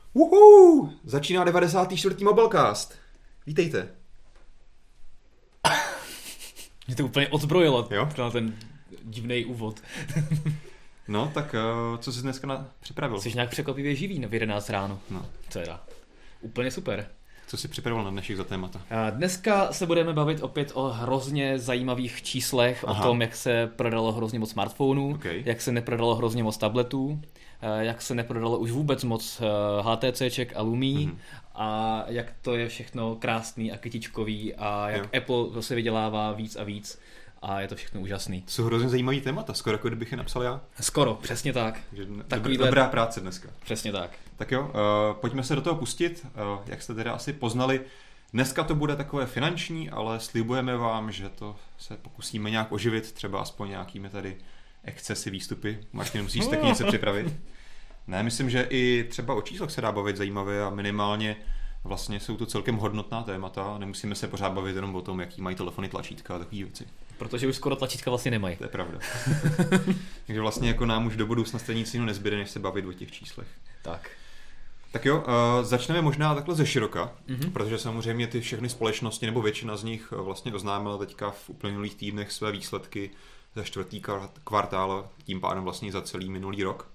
Začíná 94. Mobilecast. Vítejte. Mě to úplně odzbrojilo, jo? Ten divný úvod. No, tak co jsi dneska připravil? Jsi nějak překvapivě živý v 11 ráno. No. Teda. Úplně super. Co jsi připravil na dnešek za témata? Dneska se budeme bavit opět o hrozně zajímavých číslech, o tom, jak se prodalo hrozně moc smartphonů, jak se neprodalo hrozně moc tabletů, jak se neprodalo už vůbec moc HTCček a Lumí a jak to je všechno krásný a kytičkový a jak Apple zase vydělává víc a víc a je to všechno úžasný. To jsou hrozně zajímavý témata, skoro jako kdybych je napsal já. Skoro, přesně tak. Dobrá práce dneska. Přesně tak. Tak jo, pojďme se do toho pustit, jak jste teda asi poznali. Dneska to bude takové finanční, ale slibujeme vám, že to se pokusíme nějak oživit, třeba aspoň nějakými tady excesy, výstupy. Martin, musíš taky něco připravit. Ne, myslím, že i třeba o číslech se dá bavit zajímavě a minimálně vlastně jsou to celkem hodnotná témata. Nemusíme se pořád bavit jenom o tom, jaký mají telefony, tlačítka a takové věci. Protože už skoro tlačítka vlastně nemají. To je pravda. Takže vlastně jako nám už do budoucna stejně nic jiného nezbyde, než se bavit o těch číslech. Tak jo, začneme možná takhle ze široka, protože samozřejmě ty všechny společnosti, nebo většina z nich vlastně oznámila teďka v uplynulých týdnech své výsledky za čtvrtý kvartál, tím pádem vlastně za celý minulý rok.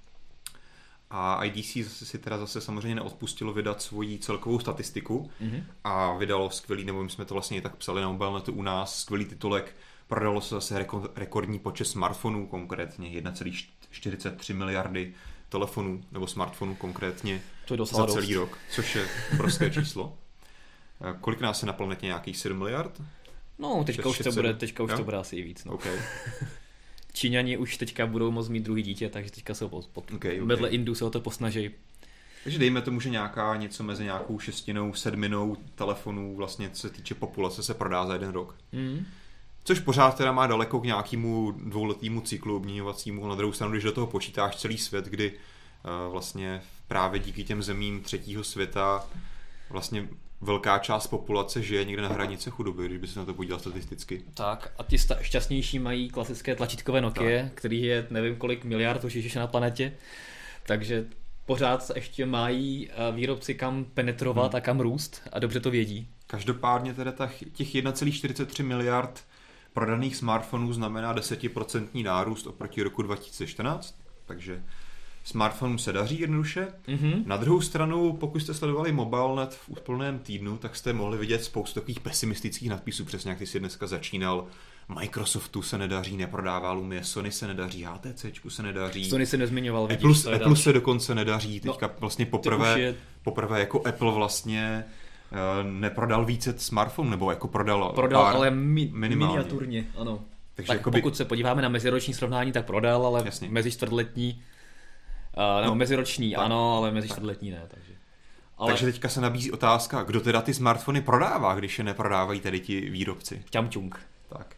A IDC si teda zase samozřejmě neodpustilo vydat svoji celkovou statistiku a vydalo skvělý, nebo my jsme to vlastně i tak psali na Mobilnetu u nás, skvělý titulek. Prodalo se zase rekordní počet smartfonů, konkrétně 1,43 miliardy telefonů nebo smartfonů konkrétně za celý rok, což je obrovské číslo. Kolik nás je na planetě, nějakých 7 miliard? No, teďka už to bude asi i víc. No. Okay. Číňani už teďka budou moct mít druhý dítě, takže teďka se vedle Indů se o to posnaží. Takže dejme tomu, že něco mezi nějakou 6/7 telefonů vlastně, co se týče populace, se prodá za jeden rok. Což pořád teda má daleko k nějakému dvouletému cyklu obměňovacímu, na druhou stranu, když do toho počítáš celý svět, kdy vlastně právě díky těm zemím třetího světa vlastně velká část populace žije někde na hranici chudoby, když by se na to podíval statisticky. Tak a ti šťastnější mají klasické tlačítkové Nokia, který je nevím kolik miliard už je na planetě, takže pořád se ještě mají výrobci kam penetrovat a kam růst a dobře to vědí. Každopádně teda těch 1,43 miliard prodaných smartfonů znamená 10% nárůst oproti roku 2014, takže smartphonům se daří jednoduše. Na druhou stranu, pokud jste sledovali Mobilnet v úplném týdnu, tak jste mohli vidět spoustu takových pesimistických nadpisů, přesně jak ty si dneska začínal. Microsoftu se nedaří, neprodává Lumie, Sony se nedaří, HTCčku se nedaří. Sony se nezmiňoval, vidíš, Apple se dokonce nedaří, teďka vlastně poprvé jako Apple vlastně neprodal více smartphonů, nebo jako prodal pár, ale miniaturně, ano. Takže tak jakoby, pokud se podíváme na meziroční srovnání, tak prodal, ale mezi čtvrtletní meziroční ano, ale mezi čtvrtletní ne. Takže teďka se nabízí otázka, kdo teda ty smartfony prodává, když je neprodávají tady ti výrobci. Ťamťung. Tak.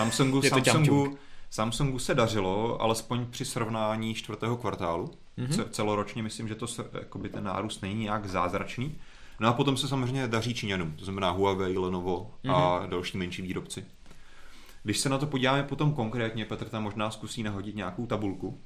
Samsungu se dařilo, alespoň při srovnání čtvrtého kvartálu. Celoročně myslím, že to jakoby ten nárůst není nějak zázračný. No a potom se samozřejmě daří Číňanům, to znamená Huawei, Lenovo a další menší výrobci. Když se na to podíváme potom konkrétně, Petr tam možná zkusí nahodit nějakou tabulku,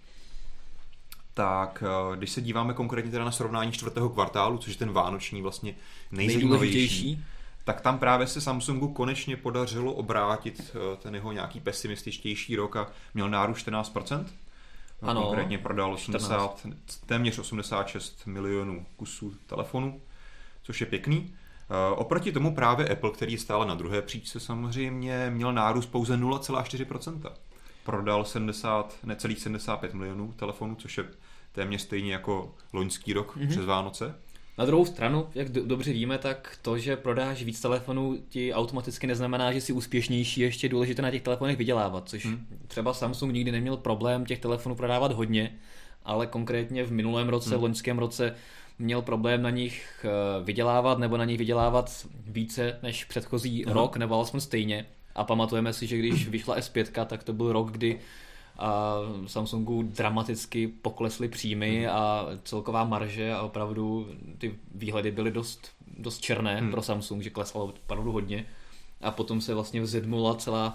tak když se díváme konkrétně teda na srovnání čtvrtého kvartálu, což je ten vánoční vlastně nejzajímavější, tak tam právě se Samsungu konečně podařilo obrátit ten jeho nějaký pesimističtější rok a měl nárůst 14%. Ano, konkrétně prodal téměř 86 milionů kusů telefonů, což je pěkný. Oproti tomu právě Apple, který je stále na druhé příčce samozřejmě, měl nárůst pouze 0,4%. Prodal necelých 75 milionů telefonů, což je téměř stejně jako loňský rok přes Vánoce. Na druhou stranu, jak dobře víme, tak to, že prodáš víc telefonů, ti automaticky neznamená, že jsi úspěšnější, ještě je důležité na těch telefonech vydělávat, což třeba Samsung nikdy neměl problém těch telefonů prodávat hodně, ale konkrétně v minulém roce, v loňském roce měl problém na nich vydělávat nebo na nich vydělávat více než předchozí rok, nebo alespoň stejně. A pamatujeme si, že když vyšla S5, tak to byl rok, kdy Samsungu dramaticky poklesly příjmy a celková marže a opravdu ty výhledy byly dost černé pro Samsung, že klesalo opravdu hodně. A potom se vlastně vzedmula celá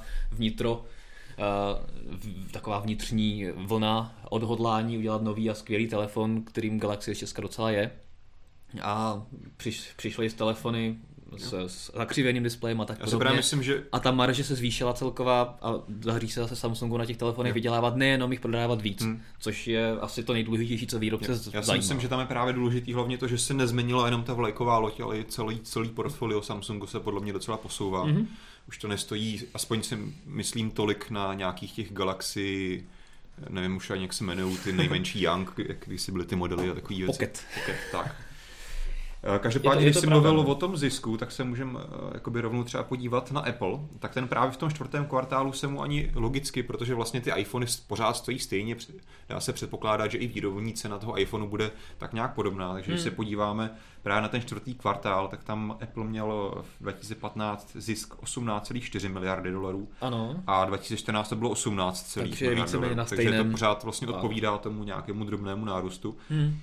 taková vnitřní vlna odhodlání udělat nový a skvělý telefon, kterým Galaxy S6 docela je. a přišly z telefony s zakřivěným displejem a tak podobně. Myslím, že... A ta marže se zvýšila celková a daří se zase Samsungu na těch telefonech vydělávat, nejenom jich prodávat víc, což je asi to nejdůležitější, co výrobce zajímá. Já si myslím, že tam je právě důležitý hlavně to, že se nezměnila jenom ta vlajková loď, ale i celý portfolio Samsungu se podle mě docela posouvá. Už to nestojí, aspoň si myslím, tolik na nějakých těch Galaxy, nevím už ani jak se jmenují, ty nejmenší Young, když si byly ty modely a takový věci. Pocket, tak. Každopádně, když jsi mluvil o tom zisku, tak se můžeme rovnou třeba podívat na Apple. Tak ten právě v tom 4. kvartálu se mu ani logicky, protože vlastně ty iPhony pořád stojí stejně, dá se předpokládat, že i výrobní cena toho iPhoneu bude tak nějak podobná. Takže když se podíváme právě na ten 4. kvartál, tak tam Apple měl v 2015 zisk 18,4 miliardy dolarů. Ano. A 2014 to bylo 18,1 miliardy dolarů. Takže to pořád vlastně odpovídá tomu nějakému drobnému nárůstu.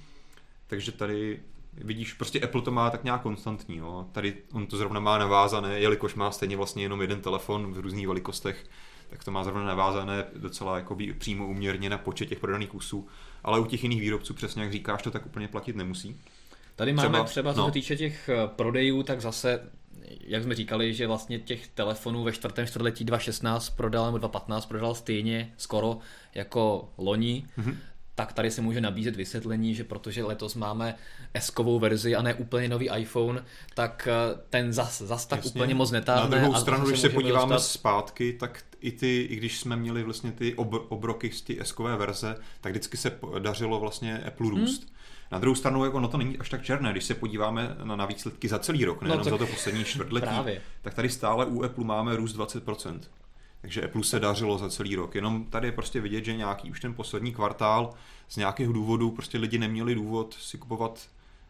Takže tady vidíš, prostě Apple to má tak nějak konstantní. Jo. Tady on to zrovna má navázané, jelikož má stejně vlastně jenom jeden telefon v různých velikostech, tak to má zrovna navázané docela jakoby přímo úměrně na počet těch prodaných kusů. Ale u těch jiných výrobců, přesně jak říkáš, to tak úplně platit nemusí. Tady máme třeba co se týče těch prodejů, tak zase, jak jsme říkali, že vlastně těch telefonů ve 4. čtvrtletí 2016 prodal, nebo 2015 prodal stejně skoro jako loni. Tak tady se může nabízet vysvětlení, že protože letos máme S-kovou verzi a ne úplně nový iPhone, tak ten zas tak úplně moc netáhne. Na druhou stranu, když se podíváme zpátky, tak i když jsme měli vlastně ty obroky z ty S-kové verze, tak vždycky se dařilo vlastně Apple růst. Na druhou stranu, jako to není až tak černé, když se podíváme na výsledky za celý rok, nejenom za to poslední čtvrtletí, tak tady stále u Apple máme růst 20%. Takže Apple se dařilo za celý rok. Jenom tady je prostě vidět, že nějaký už ten poslední kvartál z nějakých důvodů prostě lidi neměli důvod si kupovat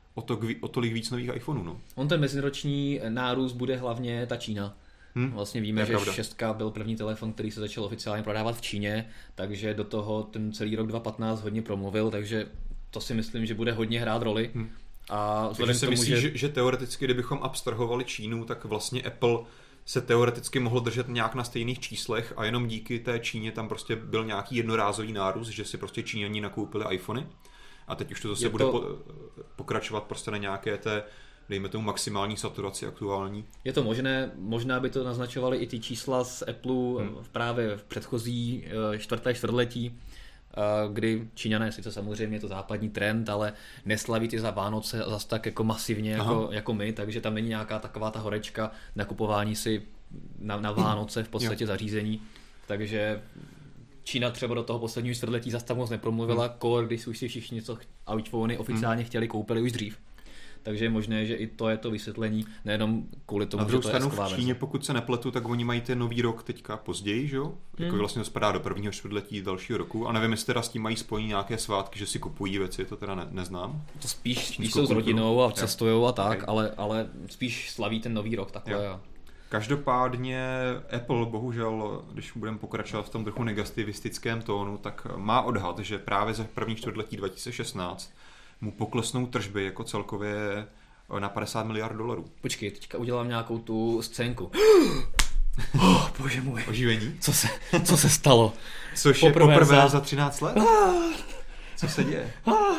o tolik víc nových iPhoneů. No. On ten meziroční nárůst bude hlavně ta Čína. Vlastně víme, že 6 byl první telefon, který se začal oficiálně prodávat v Číně, takže do toho ten celý rok 2015 hodně promluvil, takže to si myslím, že bude hodně hrát roli. A takže si myslíš, že teoreticky, kdybychom abstrahovali Čínu, tak vlastně Apple se teoreticky mohl držet nějak na stejných číslech a jenom díky té Číně tam prostě byl nějaký jednorázový nárůst, že si prostě Číňani nakoupili iPhony a teď už to zase bude pokračovat prostě na nějaké té, dejme tomu, maximální saturaci aktuální. Je to možné, možná by to naznačovaly i ty čísla z Apple právě v předchozí 4. čtvrtletí, kdy Číňané, sice samozřejmě je to západní trend, ale neslaví ty za Vánoce zase tak jako masivně jako my, takže tam není nějaká taková ta horečka nakupování si na Vánoce v podstatě zařízení, takže Čína třeba do toho posledního čtvrtletí zase tak moc nepromluvila, když už si všichni něco iPhony oficiálně chtěli, koupili už dřív. Takže je možné, že i to je to vysvětlení, nejenom kvůli tomu, že to je v Číně, pokud se nepletu, tak oni mají ten nový rok teďka později, že jo? Jako vlastně to spadá do prvního čtvrtletí dalšího roku. A nevím, jestli teda s tím mají spojení nějaké svátky, že si kupují věci, to teda neznám. To spíš jsou s rodinou a cestujou a tak, ale spíš slaví ten nový rok takhle. Každopádně Apple, bohužel, když budeme pokračovat v tom trochu negativistickém tónu, tak má odhad, že právě za první čtvrtletí 2016 mu poklesnou tržby jako celkově na 50 miliard dolarů. Počkej, teďka udělám nějakou tu scénku. Bože můj. Oživení? Co se stalo? Což je poprvé za 13 let? Co se děje?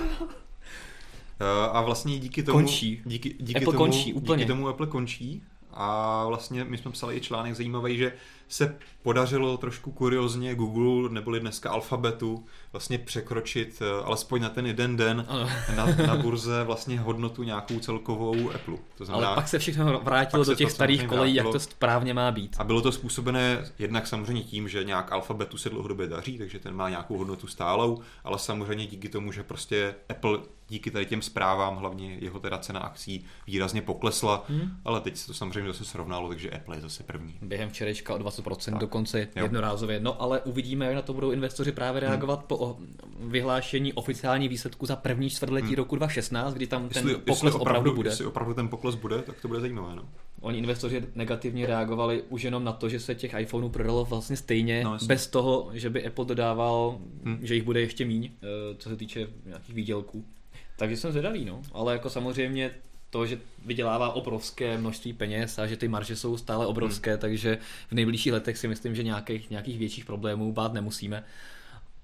A vlastně díky tomu... Končí. Apple končí úplně. Díky tomu Apple končí. A vlastně my jsme psali i článek zajímavý, že se podařilo trošku kuriozně Google neboli dneska Alphabetu vlastně překročit alespoň na ten jeden den na burze vlastně hodnotu nějakou celkovou Apple. To znamená, ale pak se všechno vrátilo do těch starých kolejí, jak to správně má být. A bylo to způsobené jednak samozřejmě tím, že nějak Alphabetu se dlouhodobě daří, takže ten má nějakou hodnotu stálou, ale samozřejmě díky tomu, že prostě Apple díky tady těm zprávám, hlavně jeho teda cena akcí výrazně poklesla, ale teď se to samozřejmě zase srovnalo, takže Apple je zase první. Během včerejška o 20% dokonce jednorázově. No ale uvidíme, jak na to budou investoři právě reagovat po vyhlášení oficiální výsledku za první čtvrtletí roku 2016, kdy tam ten pokles opravdu bude. Jestli opravdu ten pokles bude, tak to bude zajímavé. No. Oni investoři negativně reagovali už jenom na to, že se těch iPhoneů prodalo vlastně stejně, bez toho, že by Apple dodával, že jich bude ještě míň, co se týče nějakých výdělků. Takže jsem zvědavý, no. Ale jako samozřejmě to, že vydělává obrovské množství peněz a že ty marže jsou stále obrovské, takže v nejbližších letech si myslím, že nějakých větších problémů bát nemusíme.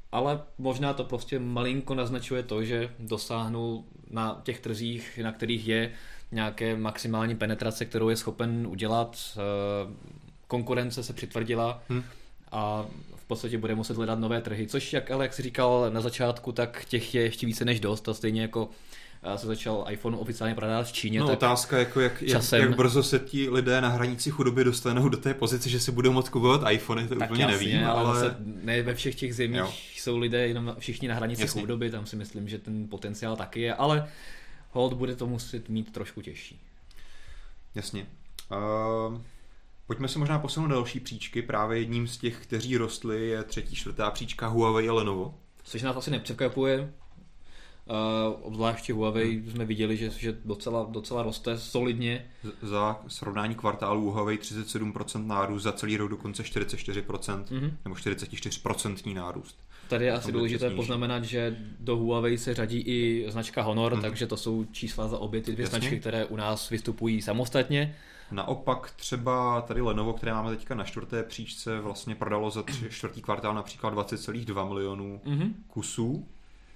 ale možná to prostě malinko naznačuje to, že dosáhnou na těch trzích, na kterých je nějaké maximální penetrace, kterou je schopen udělat. Konkurence se přitvrdila a v podstatě bude muset hledat nové trhy, což jak jsi říkal na začátku, tak těch je ještě více než dost a stejně jako se začal iPhone oficiálně prodávat v Číně. No, tak otázka, jako jak brzo se ti lidé na hranici chudoby dostanou do té pozice, že si budou moct kupovat iPhony, to tak úplně jasně, nevím. Ale ne ve všech těch zemích jsou lidé jenom všichni na hranici chudoby, tam si myslím, že ten potenciál taky je, ale hold bude to muset mít trošku těžší. Jasně. Pojďme se možná posunout další příčky. Právě jedním z těch, kteří rostli, je třetí, čtvrtá příčka Huawei a Lenovo. Což nás asi nepřekvapuje. Obzvláště Huawei jsme viděli, že docela roste solidně. Za srovnání kvartálu Huawei 37% nárůst, za celý rok dokonce 44%, nebo 44% nárůst. Tady je asi důležité poznamenat, že do Huawei se řadí i značka Honor, takže to jsou čísla za obě ty dvě značky, které u nás vystupují samostatně. Naopak třeba tady Lenovo, které máme teďka na čtvrté příčce, vlastně prodalo za čtvrtý kvartál například 20,2 milionů kusů.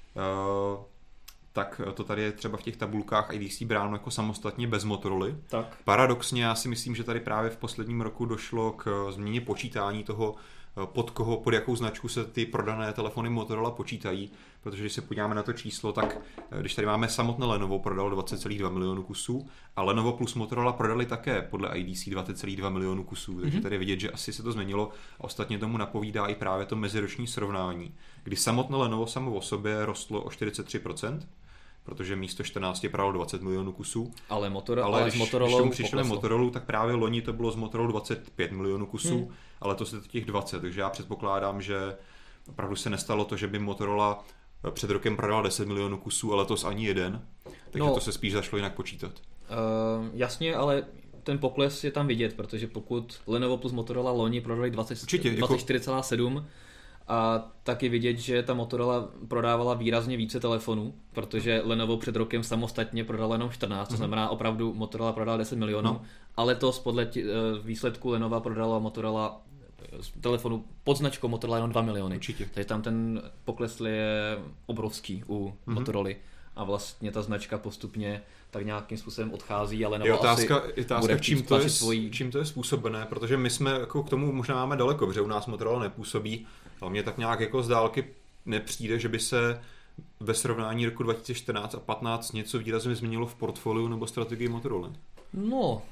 Tak to tady je třeba v těch tabulkách IDC bráno jako samostatně bez Motorola. Tak. Paradoxně já si myslím, že tady právě v posledním roku došlo k změně počítání toho, pod jakou značku se ty prodané telefony Motorola počítají, protože když se podíváme na to číslo, tak když tady máme samotné Lenovo, prodalo 20,2 milionů kusů a Lenovo plus Motorola prodali také podle IDC 20,2 milionů kusů, takže tady je vidět, že asi se to změnilo a ostatně tomu napovídá i právě to meziroční srovnání, kdy samotné Lenovo samo o sobě rostlo o 43%, protože místo 14 prodalo 20 milionů kusů. Ale když tomu přišli Motorola, tak právě loni to bylo z Motorola 25 milionů kusů, ale to se těch 20, takže já předpokládám, že opravdu se nestalo to, že by Motorola před rokem prodala 10 milionů kusů, ale letos ani jeden, takže to se spíš zašlo jinak počítat. Jasně, ale ten pokles je tam vidět, protože pokud Lenovo plus Motorola loni prodali 24,7, a taky vidět, že ta Motorola prodávala výrazně více telefonů, protože Lenovo před rokem samostatně prodala jenom 14, to znamená opravdu Motorola prodala 10 milionů, ale to podle výsledku Lenova prodala Motorola telefonu pod značkou Motorola jenom 2 miliony. Určitě. Takže tam ten pokles je obrovský u Motorola a vlastně ta značka postupně tak nějakým způsobem odchází, ale je otázka čím to je způsobené, protože my jsme jako k tomu možná máme daleko, protože u nás Motorola nepůsobí, ale mně tak nějak jako z dálky nepřijde, že by se ve srovnání roku 2014 a 2015 něco výrazně změnilo v portfoliu nebo strategii Motorola. No,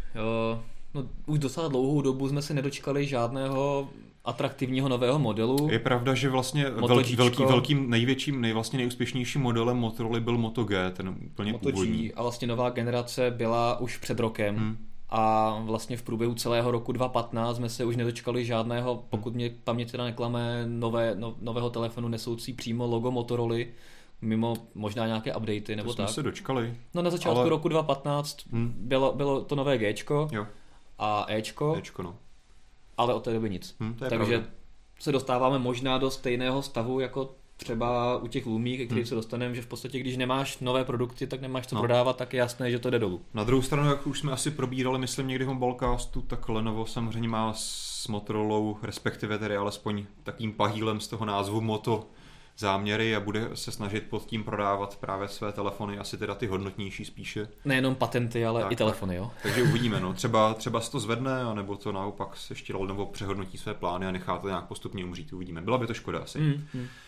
už docela dlouhou dobu jsme se nedočkali žádného atraktivního nového modelu. Je pravda, že vlastně velkým největším, nejúspěšnějším modelem Motorola byl Moto G, ten úplně původní. A vlastně nová generace byla už před rokem. A vlastně v průběhu celého roku 2015 jsme se už nedočkali žádného, pokud mě paměť teda neklame, nového telefonu nesoucí přímo logo Motorola, mimo možná nějaké updaty nebo tak. To jsme se dočkali. No na začátku roku 2015 bylo to nové Gčko a Ečko, no. Ale od té doby nic. Takže se dostáváme možná do stejného stavu jako třeba u těch Lumí, který se dostaneme, že v podstatě, když nemáš nové produkty, tak nemáš co prodávat, tak je jasné, že to jde dolů. Na druhou stranu, jak už jsme asi probírali, myslím někdy v Mobilecastu, tak Lenovo samozřejmě má s Motorolou, respektive tedy alespoň takým pahýlem z toho názvu Moto záměry a bude se snažit pod tím prodávat právě své telefony, asi teda ty hodnotnější spíše. Nejenom patenty, ale i telefony, jo. Takže uvidíme, no. Třeba se to zvedne, anebo to naopak se ještě Lenovo přehodnotí své plány a nechá to nějak postupně umřít, uvidíme. Byla by to škoda asi.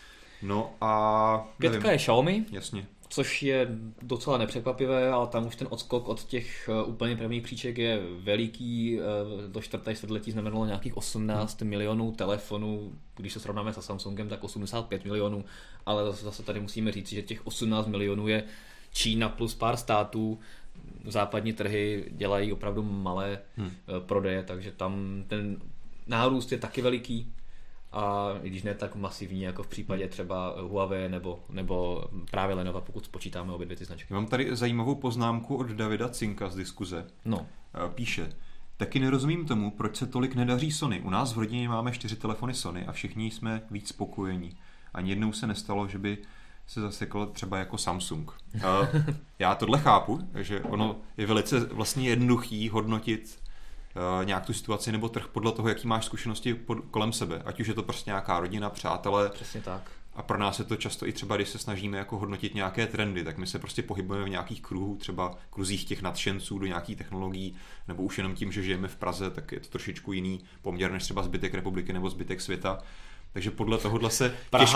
No a... Pětka je Xiaomi. Jasně. Což je docela nepřekvapivé, ale tam už ten odskok od těch úplně prvních příček je veliký. Do čtvrté čtvrtletí znamenalo nějakých 18 milionů telefonů, když se srovnáme se Samsungem, tak 85 milionů, ale zase tady musíme říct, že těch 18 milionů je Čína plus pár států. Západní trhy dělají opravdu malé prodeje, takže tam ten nárůst je taky veliký. A i když ne tak masivní, jako v případě třeba Huawei nebo právě Lenovo, pokud spočítáme obě dvě ty značky. Mám tady zajímavou poznámku od Davida Cinka z diskuze. Píše: taky nerozumím tomu, proč se tolik nedaří Sony. U nás v rodině máme 4 telefony Sony a všichni jsme víc spokojení. Ani jednou se nestalo, že by se zasekl třeba jako Samsung. Já tohle chápu, že ono je velice vlastně jednoduchý hodnotit nějak tu situaci nebo trh podle toho, jaký máš zkušenosti kolem sebe. Ať už je to prostě nějaká rodina, přátelé. Přesně tak. A pro nás je to často i třeba, když se snažíme jako hodnotit nějaké trendy, tak my se prostě pohybujeme v nějakých kruhů, třeba kruzích těch nadšenců do nějakých technologií, nebo už jenom tím, že žijeme v Praze, tak je to trošičku jiný poměr než třeba zbytek republiky nebo zbytek světa. Takže podle tohohle se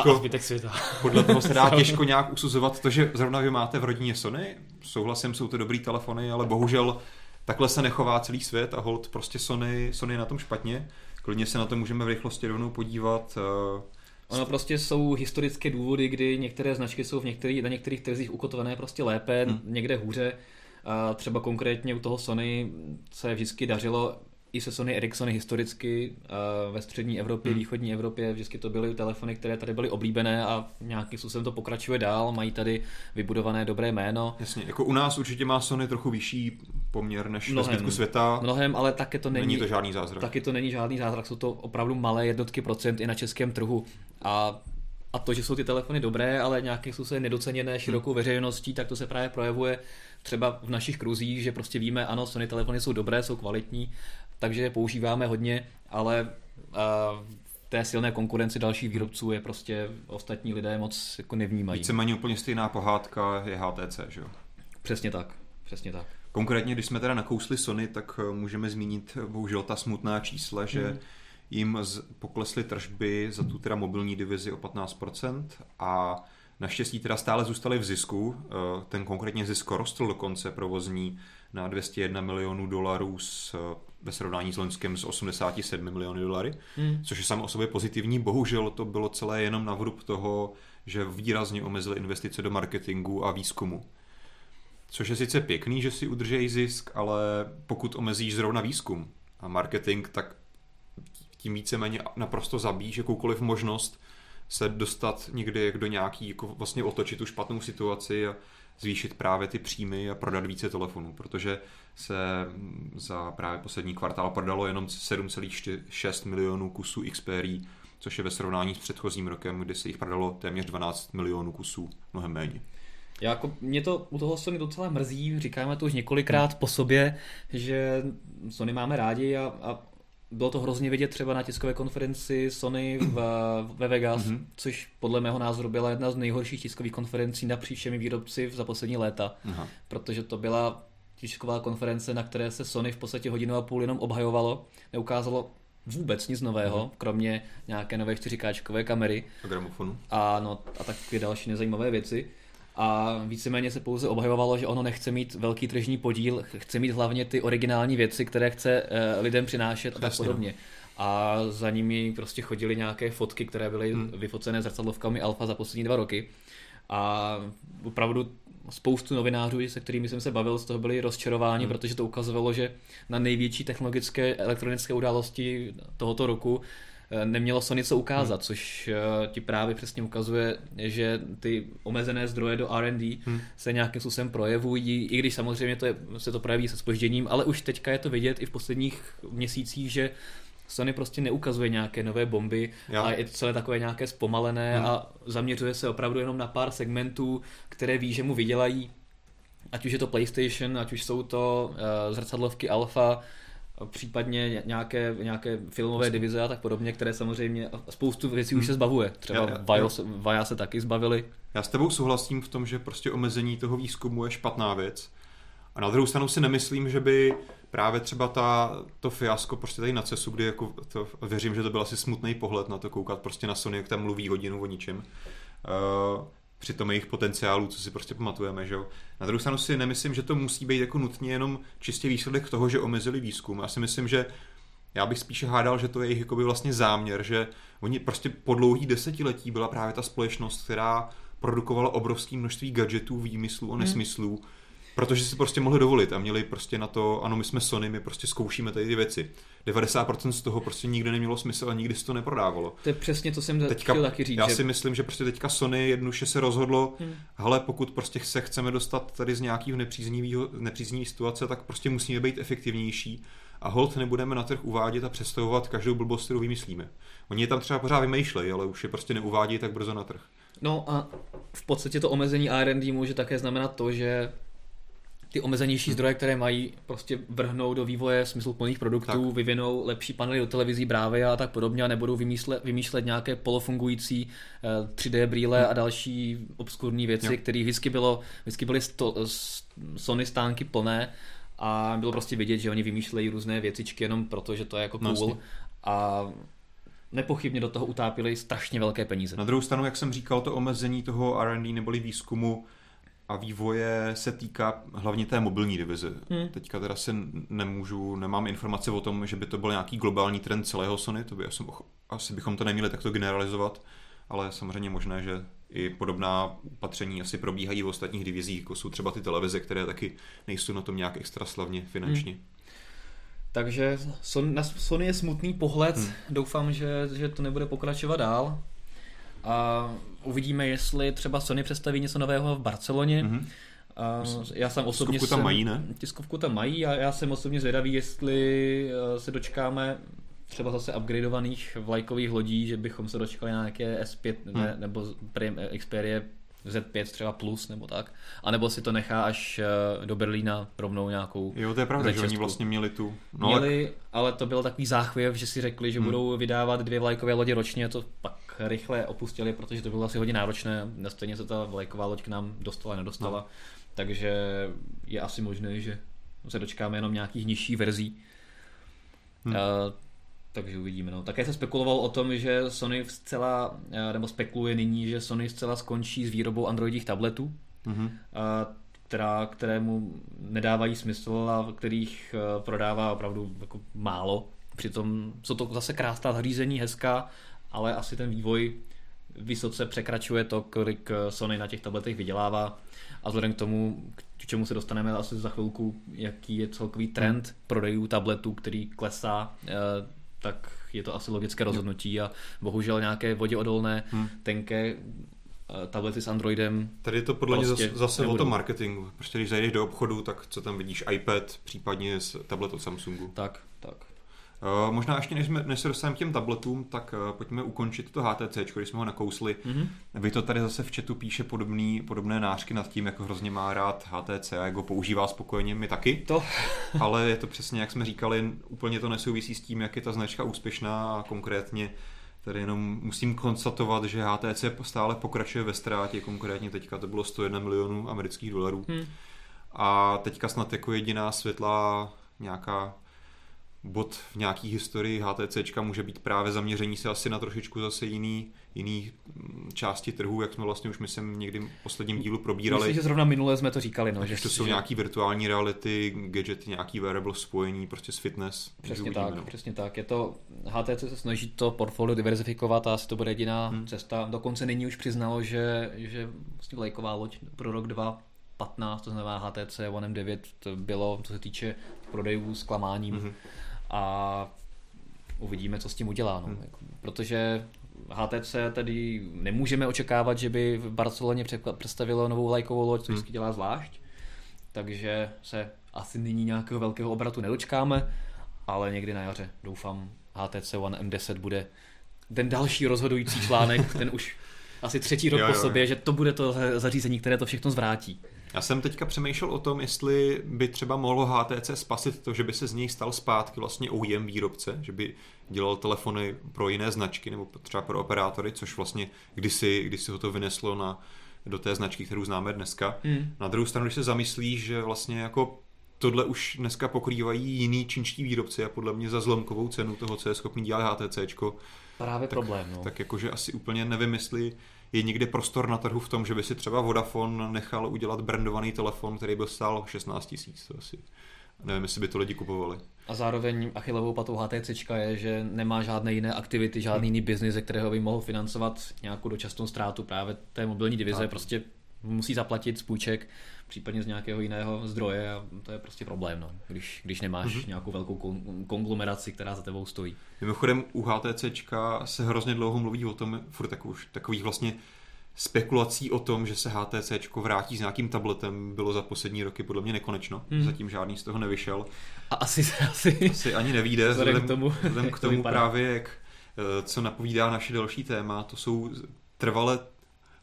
podle toho se dá těžko nějak usuzovat to, že zrovna vy máte v rodině Sony. Souhlasím, jsou to dobrý telefony, ale bohužel takhle se nechová celý svět a hold prostě Sony je na tom špatně. Klidně se na to můžeme v rychlosti rovnou podívat. Ono prostě jsou historické důvody, kdy některé značky jsou na některých trzích ukotvené prostě lépe, někde hůře. A třeba konkrétně u toho Sony se vždycky dařilo i se Sony Ericssony historicky ve střední Evropě, východní Evropě, vždycky to byly telefony, které tady byly oblíbené a nějakým způsobem to pokračuje dál, mají tady vybudované dobré jméno. Jasně, jako u nás určitě má Sony trochu vyšší poměr než ve zbytku světa. Mnohem, ale taky to není to žádný zázrak. Taky to není žádný zázrak, jsou to opravdu malé jednotky procent i na českém trhu. A to, že jsou ty telefony dobré, ale nějakým způsobem nedoceněné širokou veřejností, tak to se právě projevuje třeba v našich kruzích, že prostě víme, ano, Sony telefony jsou dobré, jsou kvalitní, takže je používáme hodně, ale v té silné konkurenci dalších výrobců je prostě ostatní lidé moc jako nevnímají. Víceméně úplně stejná pohádka je HTC, že jo? Přesně tak. Konkrétně, když jsme teda nakousli Sony, tak můžeme zmínit bohužel ta smutná čísla, že jim poklesly tržby za tu teda mobilní divizi o 15% a naštěstí teda stále zůstali v zisku. Ten konkrétně zisk rostl dokonce provozní na $201 milionů ve srovnání s loňským z 87 miliony $, což je samo o sobě pozitivní. Bohužel to bylo celé jenom na vrub toho, že výrazně omezili investice do marketingu a výzkumu. Což je sice pěkný, že si udržejí zisk, ale pokud omezíš zrovna výzkum a marketing, tak tím víceméně naprosto zabíjíš jakoukoliv možnost se dostat někdy do nějaký, jako vlastně otočit tu špatnou situaci a zvýšit právě ty příjmy a prodat více telefonů, protože se za právě poslední kvartál prodalo jenom 7,6 milionů kusů Xperia, což je ve srovnání s předchozím rokem, kdy se jich prodalo téměř 12 milionů kusů, mnohem méně. Mě to u toho Sony docela mrzí, říkáme to už několikrát po sobě, že Sony máme rádi a bylo to hrozně vidět třeba na tiskové konferenci Sony ve Vegas, což podle mého názoru byla jedna z nejhorších tiskových konferencí napříč všemi výrobci za poslední léta. Protože to byla tisková konference, na které se Sony v podstatě 1,5 hodiny jenom obhajovalo, neukázalo vůbec nic nového, kromě nějaké nové 4K kamery. A gramofonu. A takové další nezajímavé věci. A víceméně se pouze obhajovalo, že ono nechce mít velký tržní podíl, chce mít hlavně ty originální věci, které chce lidem přinášet a tak podobně. A za nimi prostě chodily nějaké fotky, které byly vyfocené zrcadlovkami Alfa za poslední 2 roky. A opravdu spoustu novinářů, se kterými jsem se bavil, z toho byli rozčarováni, protože to ukazovalo, že na největší technologické elektronické události tohoto roku nemělo Sony co ukázat, což ti právě přesně ukazuje, že ty omezené zdroje do R&D se nějakým způsobem projevují, i když samozřejmě se to projeví se zpožděním, ale už teďka je to vidět i v posledních měsících, že Sony prostě neukazuje nějaké nové bomby a je to celé takové nějaké zpomalené a zaměřuje se opravdu jenom na pár segmentů, které ví, že mu vydělají, ať už je to PlayStation, ať už jsou to zrcadlovky Alpha, případně nějaké filmové divize a tak podobně, které samozřejmě spoustu věcí už se zbavuje. Třeba Vaja se taky zbavili. Já s tebou souhlasím v tom, že prostě omezení toho výzkumu je špatná věc. A na druhou stranu si nemyslím, že by právě třeba to fiasko prostě tady na CESu, kdy jako věřím, že to byl asi smutný pohled na to koukat prostě na Sony, jak tam mluví hodinu o ničem. Při tom jejich potenciálu, co si prostě pamatujeme, že jo. Na druhou stranu si nemyslím, že to musí být jako nutně jenom čistě výsledek toho, že omezili výzkum. Já si myslím, že já bych spíše hádal, že to je jejich jakoby vlastně záměr, že oni prostě po dlouhých desetiletí byla právě ta společnost, která produkovala obrovské množství gadgetů, výmyslů a nesmyslů, protože si prostě mohli dovolit a měli prostě na to, ano, my jsme Sony, my prostě zkoušíme tady ty věci. 90% z toho prostě nikdy nemělo smysl a nikdy se to neprodávalo. To je přesně, to jsem chtěl taky říct. Já si myslím, že prostě teďka Sony jednoduše se rozhodlo, hele, pokud prostě se chceme dostat tady z nějakého nepříznivý situace, tak prostě musíme být efektivnější a holt nebudeme na trh uvádět a představovat každou blbost, kterou vymyslíme. Oni je tam třeba pořád vymýšlejí, ale už je prostě neuvádějí tak brzo na trh. No a v podstatě to omezení R&D může také znamenat to, že ty omezenější zdroje, které mají, prostě vrhnou do vývoje smysluplných produktů, tak. Vyvinou lepší panely do televizí, brávy a tak podobně a nebudou vymýšlet nějaké polofungující 3D brýle a další obskurní věci, které vždycky byly Sony stánky plné a bylo prostě vidět, že oni vymýšlejí různé věcičky jenom proto, že to je jako cool a nepochybně do toho utápili strašně velké peníze. Na druhou stranu, jak jsem říkal, to omezení toho R&D neboli výzkumu a vývoje se týká hlavně té mobilní divize. Teďka teda nemám informace o tom, že by to byl nějaký globální trend celého Sony, asi bychom to neměli takto generalizovat, ale samozřejmě možné, že i podobná opatření asi probíhají v ostatních divizích, jako jsou třeba ty televize, které taky nejsou na tom nějak extra slavně finančně. Takže na Sony je smutný pohled, doufám, že to nebude pokračovat dál. A uvidíme, jestli třeba Sony představí něco nového v Barceloně. Já jsem osobně tiskovku tam mají, ne? Tiskovku tam mají a já jsem osobně zvědavý, jestli se dočkáme třeba zase upgradeovaných vlajkových lodí, že bychom se dočkali na nějaké S5 nebo Xperia Z5 třeba plus nebo tak. A nebo si to nechá až do Berlína rovnou nějakou. Jo, to je pravda, že oni vlastně měli tu. Ale to byl takový záchvěv, že si řekli, že budou vydávat 2 vlajkové lodě ročně, to pak rychle opustili, protože to bylo asi hodně náročné. Stejně se ta vlajková loď k nám nedostala. Takže je asi možné, že se dočkáme jenom nějakých nižších verzí. Takže uvidíme. Také se spekulovalo o tom, že Sony spekuluje nyní, že Sony zcela skončí s výrobou androidních tabletů, kterému nedávají smysl a kterých prodává opravdu jako málo. Přitom jsou to zase krásná zařízení, hezká, ale asi ten vývoj vysoce překračuje to, kolik Sony na těch tabletech vydělává. A vzhledem k tomu, k čemu se dostaneme asi za chvilku, jaký je celkový trend prodejů tabletů, který klesá, tak je to asi logické rozhodnutí a bohužel nějaké voděodolné, tenké tablety s Androidem. Tady je to podle mě zase o tom marketingu. Prostě když zajdeš do obchodu, tak co tam vidíš? iPad, případně tablet od Samsungu. Tak. Možná ještě než se dostaneme k těm tabletům, tak pojďme ukončit to HTC, když jsme ho nakousli. Vy to tady zase v chatu píše podobné nářky nad tím, jak hrozně má rád HTC a jak ho používá spokojeně, my taky. Ale je to přesně, jak jsme říkali, úplně to nesouvisí s tím, jak je ta značka úspěšná a konkrétně tady jenom musím konstatovat, že HTC stále pokračuje ve ztrátě, konkrétně teďka to bylo 101 milionů amerických dolarů. A teďka snad jako jediná světlá nějaká bod v nějaký historii HTCčka může být právě zaměření se asi na trošičku zase jiný části trhu, jak jsme vlastně už myslím někdy v posledním dílu probírali. Myslím, že zrovna minule jsme to říkali. Že to jsou nějaký virtuální reality, gadgety, nějaký wearable spojení prostě s fitness. Přesně tak. Je to, HTC se snaží to portfolio diverzifikovat a asi to bude jediná cesta. Dokonce nyní už přiznalo, že vlastně vlajková loď pro rok 2015, to znamená HTC One M9, to bylo, co se týče prodejů, zklamáním. A uvidíme, co s tím udělá. Protože HTC tady nemůžeme očekávat, že by v Barceloně představilo novou vlajkovou loď, co vždycky dělá zvlášť. Takže se asi nyní nějakého velkého obratu nedočkáme, ale někdy na jaře, doufám, HTC One M10 bude ten další rozhodující článek, ten už asi 3. rok po sobě, že to bude to zařízení, které to všechno zvrátí. Já jsem teďka přemýšlel o tom, jestli by třeba mohlo HTC spasit to, že by se z něj stal zpátky vlastně OEM výrobce, že by dělal telefony pro jiné značky nebo třeba pro operátory, což vlastně kdysi ho to vyneslo do té značky, kterou známe dneska. Na druhou stranu, když se zamyslíš, že vlastně jako tohle už dneska pokrývají jiný čínští výrobci a podle mě za zlomkovou cenu toho, co je schopný dělat HTCčko. Právě problém. Tak jakože asi úplně nevím, jestli je někde prostor na trhu v tom, že by si třeba Vodafone nechal udělat brandovaný telefon, který by stál 16 000. To asi nevím, jestli by to lidi kupovali. A zároveň achillovou patou HTCčka je, že nemá žádné jiné aktivity, žádný jiný biznis, ze kterého by mohl financovat nějakou dočasnou ztrátu právě té mobilní divize. Prostě musí zaplatit z půjček, případně z nějakého jiného zdroje a to je prostě problém, když nemáš nějakou velkou konglomeraci, která za tebou stojí. Mimochodem u HTCčka se hrozně dlouho mluví o tom, furt takových vlastně spekulací o tom, že se HTCčko vrátí s nějakým tabletem, bylo za poslední roky podle mě nekonečno. Zatím žádný z toho nevyšel. A asi ani nevyjde, vzhledem k tomu právě, co napovídá naše další téma, to jsou trvale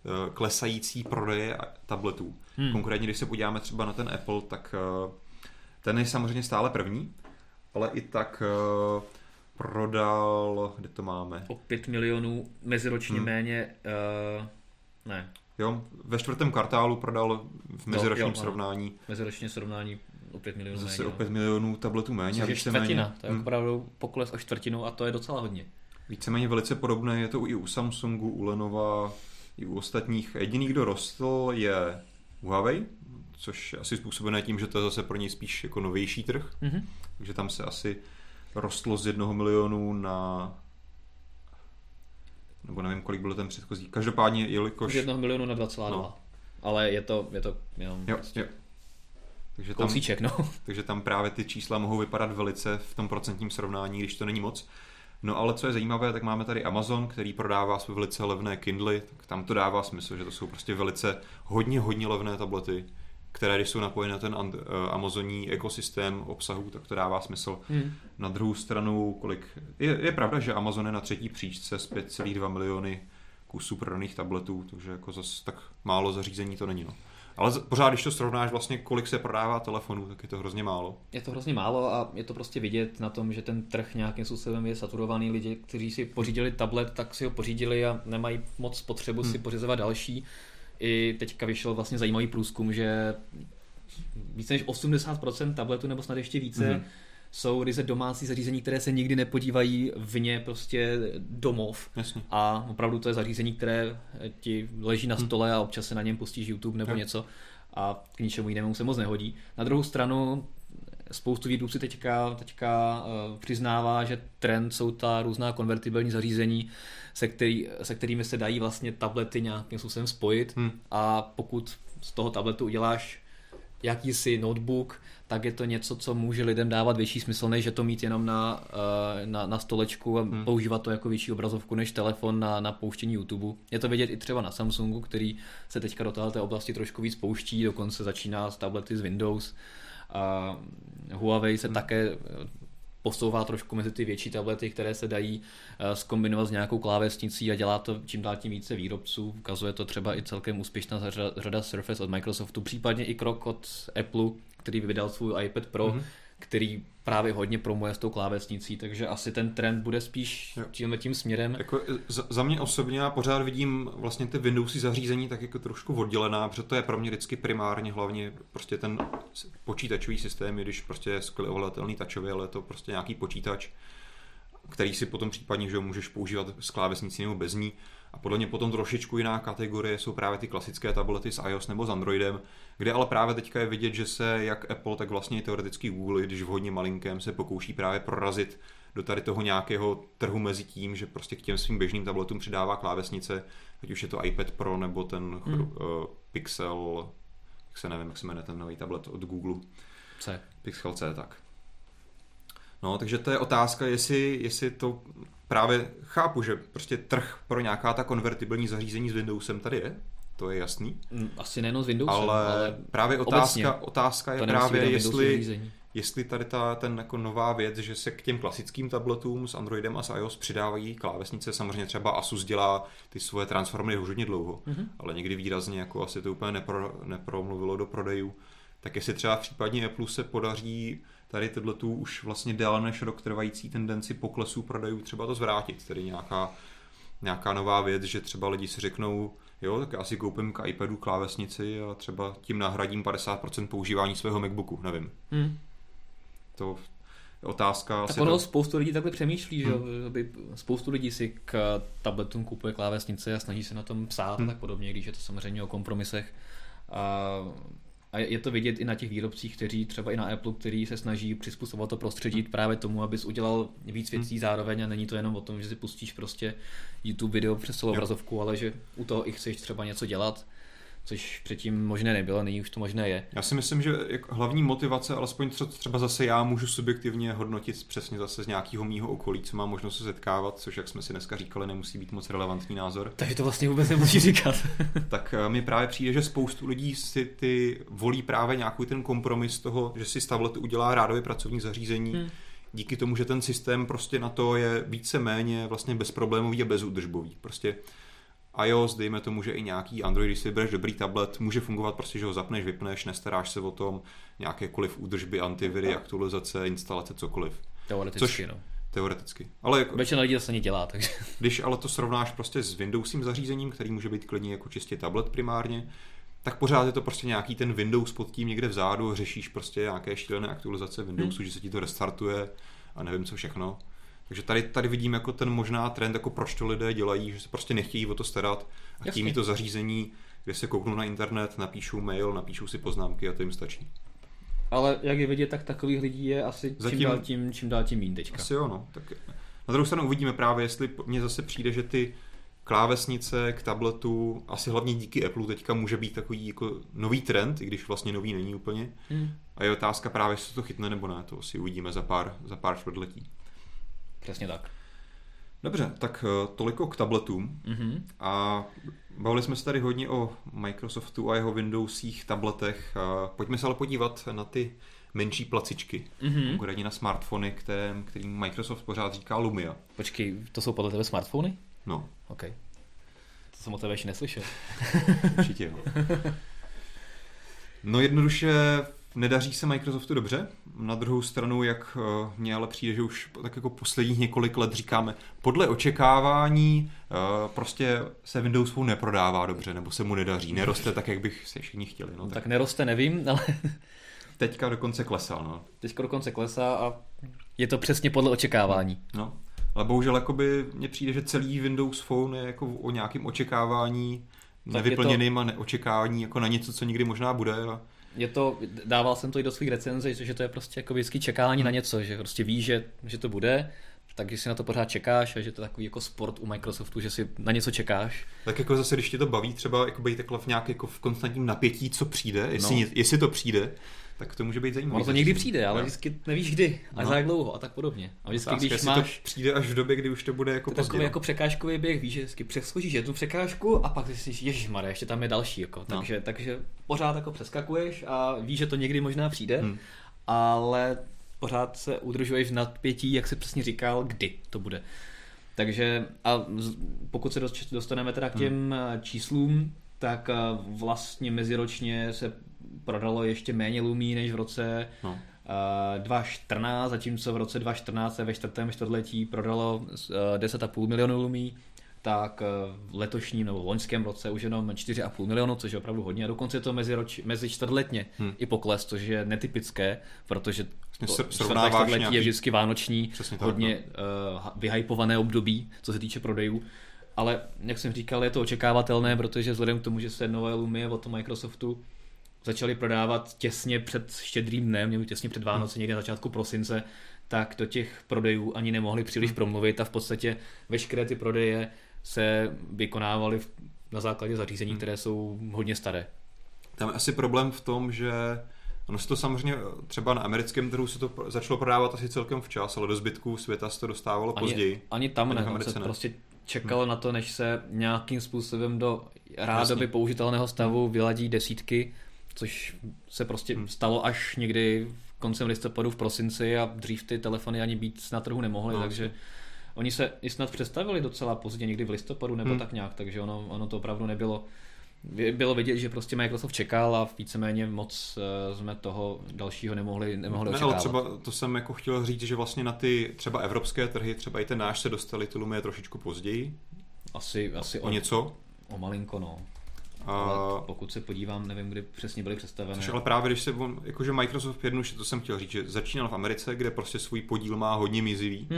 klesající prodeje tabletů. Konkrétně, když se podíváme třeba na ten Apple, tak ten je samozřejmě stále první, ale i tak prodal, kde to máme? O 5 milionů meziročně méně, ne. Jo, ve 4. kvartálu prodal v meziročním srovnání. Meziročně srovnání o 5 milionů zase méně. o 5 milionů tabletů méně. Což je čtvrtina, to je opravdu pokles o čtvrtinu a to je docela hodně. Víceméně velice podobné je to i u Samsungu, u Lenova, i u ostatních. Jediný, kdo rostl, je Huawei, což je asi způsobené tím, že to je zase pro něj spíš jako novější trh. Takže tam se asi rostlo z 1 milionu na... nebo nevím, kolik byl ten předchozí. Každopádně, jelikož... Z 1 milionu na 2,2. No. Ale je to jenom jo. Takže kousíček, Takže tam právě ty čísla mohou vypadat velice v tom procentním srovnání, když to není moc. No ale co je zajímavé, tak máme tady Amazon, který prodává své velice levné Kindly, tak tam to dává smysl, že to jsou prostě velice hodně levné tablety, které když jsou napojeny na ten Amazonní ekosystém obsahu, tak to dává smysl. Na druhou stranu, je pravda, že Amazon je na 3. příčce z 5,2 miliony kusů prodaných tabletů, takže jako zase tak málo zařízení to není. Ale pořád, když to srovnáš vlastně, kolik se prodává telefonů, tak je to hrozně málo. Je to hrozně málo a je to prostě vidět na tom, že ten trh nějakým způsobem je saturovaný. Lidi, kteří si pořídili tablet, tak si ho pořídili a nemají moc potřebu si pořizovat další. I teďka vyšel vlastně zajímavý průzkum, že více než 80% tabletů, nebo snad ještě více, jsou ryze domácí zařízení, které se nikdy nepodívají vně prostě domov. Jasně. A opravdu to je zařízení, které ti leží na stole a občas se na něm pustíš YouTube nebo něco a k ničemu jinému se moc nehodí. Na druhou stranu spoustu výrobců teďka přiznává, že trend jsou ta různá konvertibilní zařízení, se kterými se dají vlastně tablety nějakým způsobem spojit a pokud z toho tabletu uděláš jakýsi notebook, tak je to něco, co může lidem dávat větší smysl, než je to mít jenom na stolečku a používat to jako větší obrazovku než telefon na pouštění YouTube. Je to vidět i třeba na Samsungu, který se teďka do této oblasti trošku víc pouští, dokonce začíná s tablety z Windows. A Huawei se také posouvá trošku mezi ty větší tablety, které se dají zkombinovat s nějakou klávesnicí a dělá to čím dál tím více výrobců. Ukazuje to třeba i celkem úspěšná řada Surface od Microsoftu, případně i krok od Apple, který vydal svůj iPad Pro, který právě hodně promuje s tou klávesnicí, takže asi ten trend bude spíš tím směrem. Jako za mě osobně já pořád vidím vlastně ty Windowsy zařízení tak jako trošku oddělená, protože to je pro mě vždycky primárně hlavně prostě ten počítačový systém, když prostě je skvěle ovladatelný touchově, ale je to prostě nějaký počítač, který si potom případně, že můžeš používat s klávesnicí nebo bez ní. A podle mě potom trošičku jiná kategorie jsou právě ty klasické tablety s iOS nebo s Androidem, kde ale právě teďka je vidět, že se jak Apple, tak vlastně i teoreticky Google, když v hodně malinkém, se pokouší právě prorazit do tady toho nějakého trhu mezi tím, že prostě k těm svým běžným tabletům přidává klávesnice, ať už je to iPad Pro nebo ten Pixel, jak se jmenuje ten nový tablet od Google. Pixel C, tak. No, takže to je otázka, jestli to právě chápu, že prostě trh pro nějaká ta konvertibilní zařízení s Windowsem tady je, to je jasný. Asi nejenom s Windowsem, ale právě otázka je právě, jestli tady ten jako nová věc, že se k těm klasickým tabletům s Androidem a s iOS přidávají klávesnice, samozřejmě třeba Asus dělá ty svoje transformery už hodně dlouho, ale někdy výrazně jako asi to úplně nepromluvilo do prodejů, tak jestli třeba v případě Apple se podaří tady tohletu už vlastně déle než rok trvající tendenci poklesu prodejů třeba to zvrátit, tedy nějaká nová věc, že třeba lidi si řeknou, jo, tak já si koupím k iPadu klávesnici a třeba tím nahradím 50% používání svého MacBooku, nevím. To je otázka. Tak ono spoustu lidí takhle přemýšlí, že spoustu lidí si k tabletům kupuje klávesnice a snaží se na tom psát a tak podobně, když je to samozřejmě o kompromisech. A je to vidět i na těch výrobcích, kteří třeba i na Apple, který se snaží přizpůsobovat to prostředí právě tomu, abys udělal víc věcí zároveň a není to jenom o tom, že si pustíš prostě YouTube video přes celou obrazovku, ale že u toho i chceš třeba něco dělat, což předtím možné nebylo, nyní už to možné je. Já si myslím, že hlavní motivace, alespoň třeba zase já můžu subjektivně hodnotit přesně zase z nějakého mýho okolí, co mám možnost se setkávat, což jak jsme si dneska říkali, nemusí být moc relevantní názor. Takže to vlastně vůbec nemusí říkat. Tak mi právě přijde, že spoustu lidí si volí právě nějaký ten kompromis toho, že si z tabletu udělá rádově pracovní zařízení, díky tomu, že ten systém prostě na to je víceméně vlastně bezproblémový a bezúdržbový. Prostě iOS, dejme tomu, že i nějaký Android, když si vybereš dobrý tablet, může fungovat prostě, že ho zapneš, vypneš, nestaráš se o tom, nějakékoliv údržby, antiviry, aktualizace, instalace, cokoliv. Teoreticky, no. Teoreticky. Ale jako, většina lidí to stejně dělá, takže. Když ale to srovnáš prostě s Windowsovým zařízením, který může být klidně jako čistě tablet primárně, tak pořád je to prostě nějaký ten Windows pod tím někde vzadu, řešíš prostě nějaké šílené aktualizace Windowsu, že se ti to restartuje a nevím co všechno. Takže tady vidím jako ten možná trend, jako proč to lidé dělají, že se prostě nechtějí o to starat a chtějí mít to zařízení, kde se kouknou na internet, napíšou mail, napíšou si poznámky a to jim stačí. Ale jak je vidět, tak takových lidí je asi čím dál tím méně teďka. Asi jo, no. Tak na druhou stranu uvidíme právě, jestli mně zase přijde, že ty klávesnice k tabletu, asi hlavně díky Apple teďka může být takový jako nový trend, i když vlastně nový není úplně. A je otázka právě, jestli to chytne nebo ne, to si uvidíme za pár čtvrtletí. Přesně tak. Dobře, tak toliko k tabletům. A bavili jsme se tady hodně o Microsoftu a jeho Windowsích tabletech. Pojďme se ale podívat na ty menší placičky, konkrétně na smartfony, kterým Microsoft pořád říká Lumia. Počkej, to jsou podle tebe smartfony? No. OK. To jsem o tebe ještě neslyšel. Určitě, jo. No jednoduše nedaří se Microsoftu dobře. Na druhou stranu, jak mně ale přijde, že už tak jako posledních několik let říkáme, podle očekávání prostě se Windows Phone neprodává dobře, nebo se mu nedaří, neroste tak, jak bych se všichni chtěli. No, tak neroste, nevím, ale teďka dokonce klesá, no. Teďka dokonce klesá a je to přesně podle očekávání. No, ale bohužel jakoby mně přijde, že celý Windows Phone je jako o nějakém očekávání nevyplněným a neočekávání jako na něco, co nikdy možná bude. Dával jsem to i do svých recenzí, že to je prostě jako vždycky čekání na něco, že prostě víš, že to bude, takže si na to pořád čekáš a že to je takový jako sport u Microsoftu, že si na něco čekáš. Tak jako zase, když tě to baví, třeba jako být takhle v nějaké jako v konstantním napětí, co přijde, jestli to přijde, tak to může být zajímavé. Ono to někdy přijde, ale vždycky nevíš kdy a za jak dlouho a tak podobně. A vždycky, když máš to přijde až v době, kdy už to bude jako pozdě. Takový jako překážkový běh, víš, že vždycky přeskočíš jednu překážku a pak si ježišmarja, ještě tam je další jako. Takže pořád jako přeskakuješ a víš, že to někdy možná přijde, ale pořád se udržuješ v nadpětí, jak jsi přesně říkal, kdy to bude. Takže a pokud se dostaneme teda k těm číslům, tak vlastně meziročně se prodalo ještě méně Lumí než v roce 2014, zatímco v roce 2014 se ve čtvrtém čtvrtletí prodalo 10,5 milionu Lumí, tak v letošním nebo v loňském roce už jenom 4,5 milionu, což je opravdu hodně. A dokonce to mezi čtvrtletně i pokles, což je netypické, protože čtvrtletí je vždycky vánoční, hodně vyhypované období, co se týče prodejů. Ale jak jsem říkal, je to očekávatelné, protože vzhledem k tomu, že se nové Lumie od Microsoftu začali prodávat těsně před Štědrým dnem, nebo těsně před Vánoci, někde na začátku prosince, tak do těch prodejů ani nemohli příliš promluvit a v podstatě veškeré ty prodeje se vykonávaly na základě zařízení, které jsou hodně staré. Tam je asi problém v tom, že ono se to samozřejmě třeba na americkém trhu se to začalo prodávat asi celkem včas, ale do zbytku světa se to dostávalo později. Ani tam ne, se prostě čekalo na to, než se nějakým způsobem do rádoby použitelného stavu vyladí desítky, což se prostě stalo až někdy koncem listopadu, v prosinci a dřív ty telefony ani být na trhu nemohly, takže oni se i snad představili docela pozdě, někdy v listopadu nebo tak nějak, takže ono to opravdu nebylo. Bylo vidět, že prostě Microsoft čekal a víceméně moc jsme toho dalšího nemohli očekávat. Ale třeba to jsem jako chtěl říct, že vlastně na ty třeba evropské trhy, třeba i ten náš se dostali ty Lumie trošičku později. Asi o něco. O malinko, no. Ale pokud se podívám, nevím, kdy přesně byly představené. Což ale právě, když se jakože Microsoft to jsem chtěl říct, že začínal v Americe, kde prostě svůj podíl má hodně mizivý.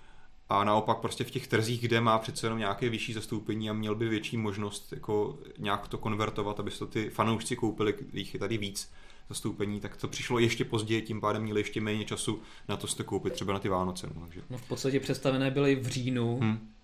A naopak prostě v těch trzích, kde má přece jenom nějaké vyšší zastoupení a měl by větší možnost jako nějak to konvertovat, aby to ty fanoušci koupili, jich je tady víc zastoupení, tak to přišlo ještě později, tím pádem měli ještě méně času na to si to koupit, třeba na ty Vánoce. Takže. No v podstatě představené byly v říjnu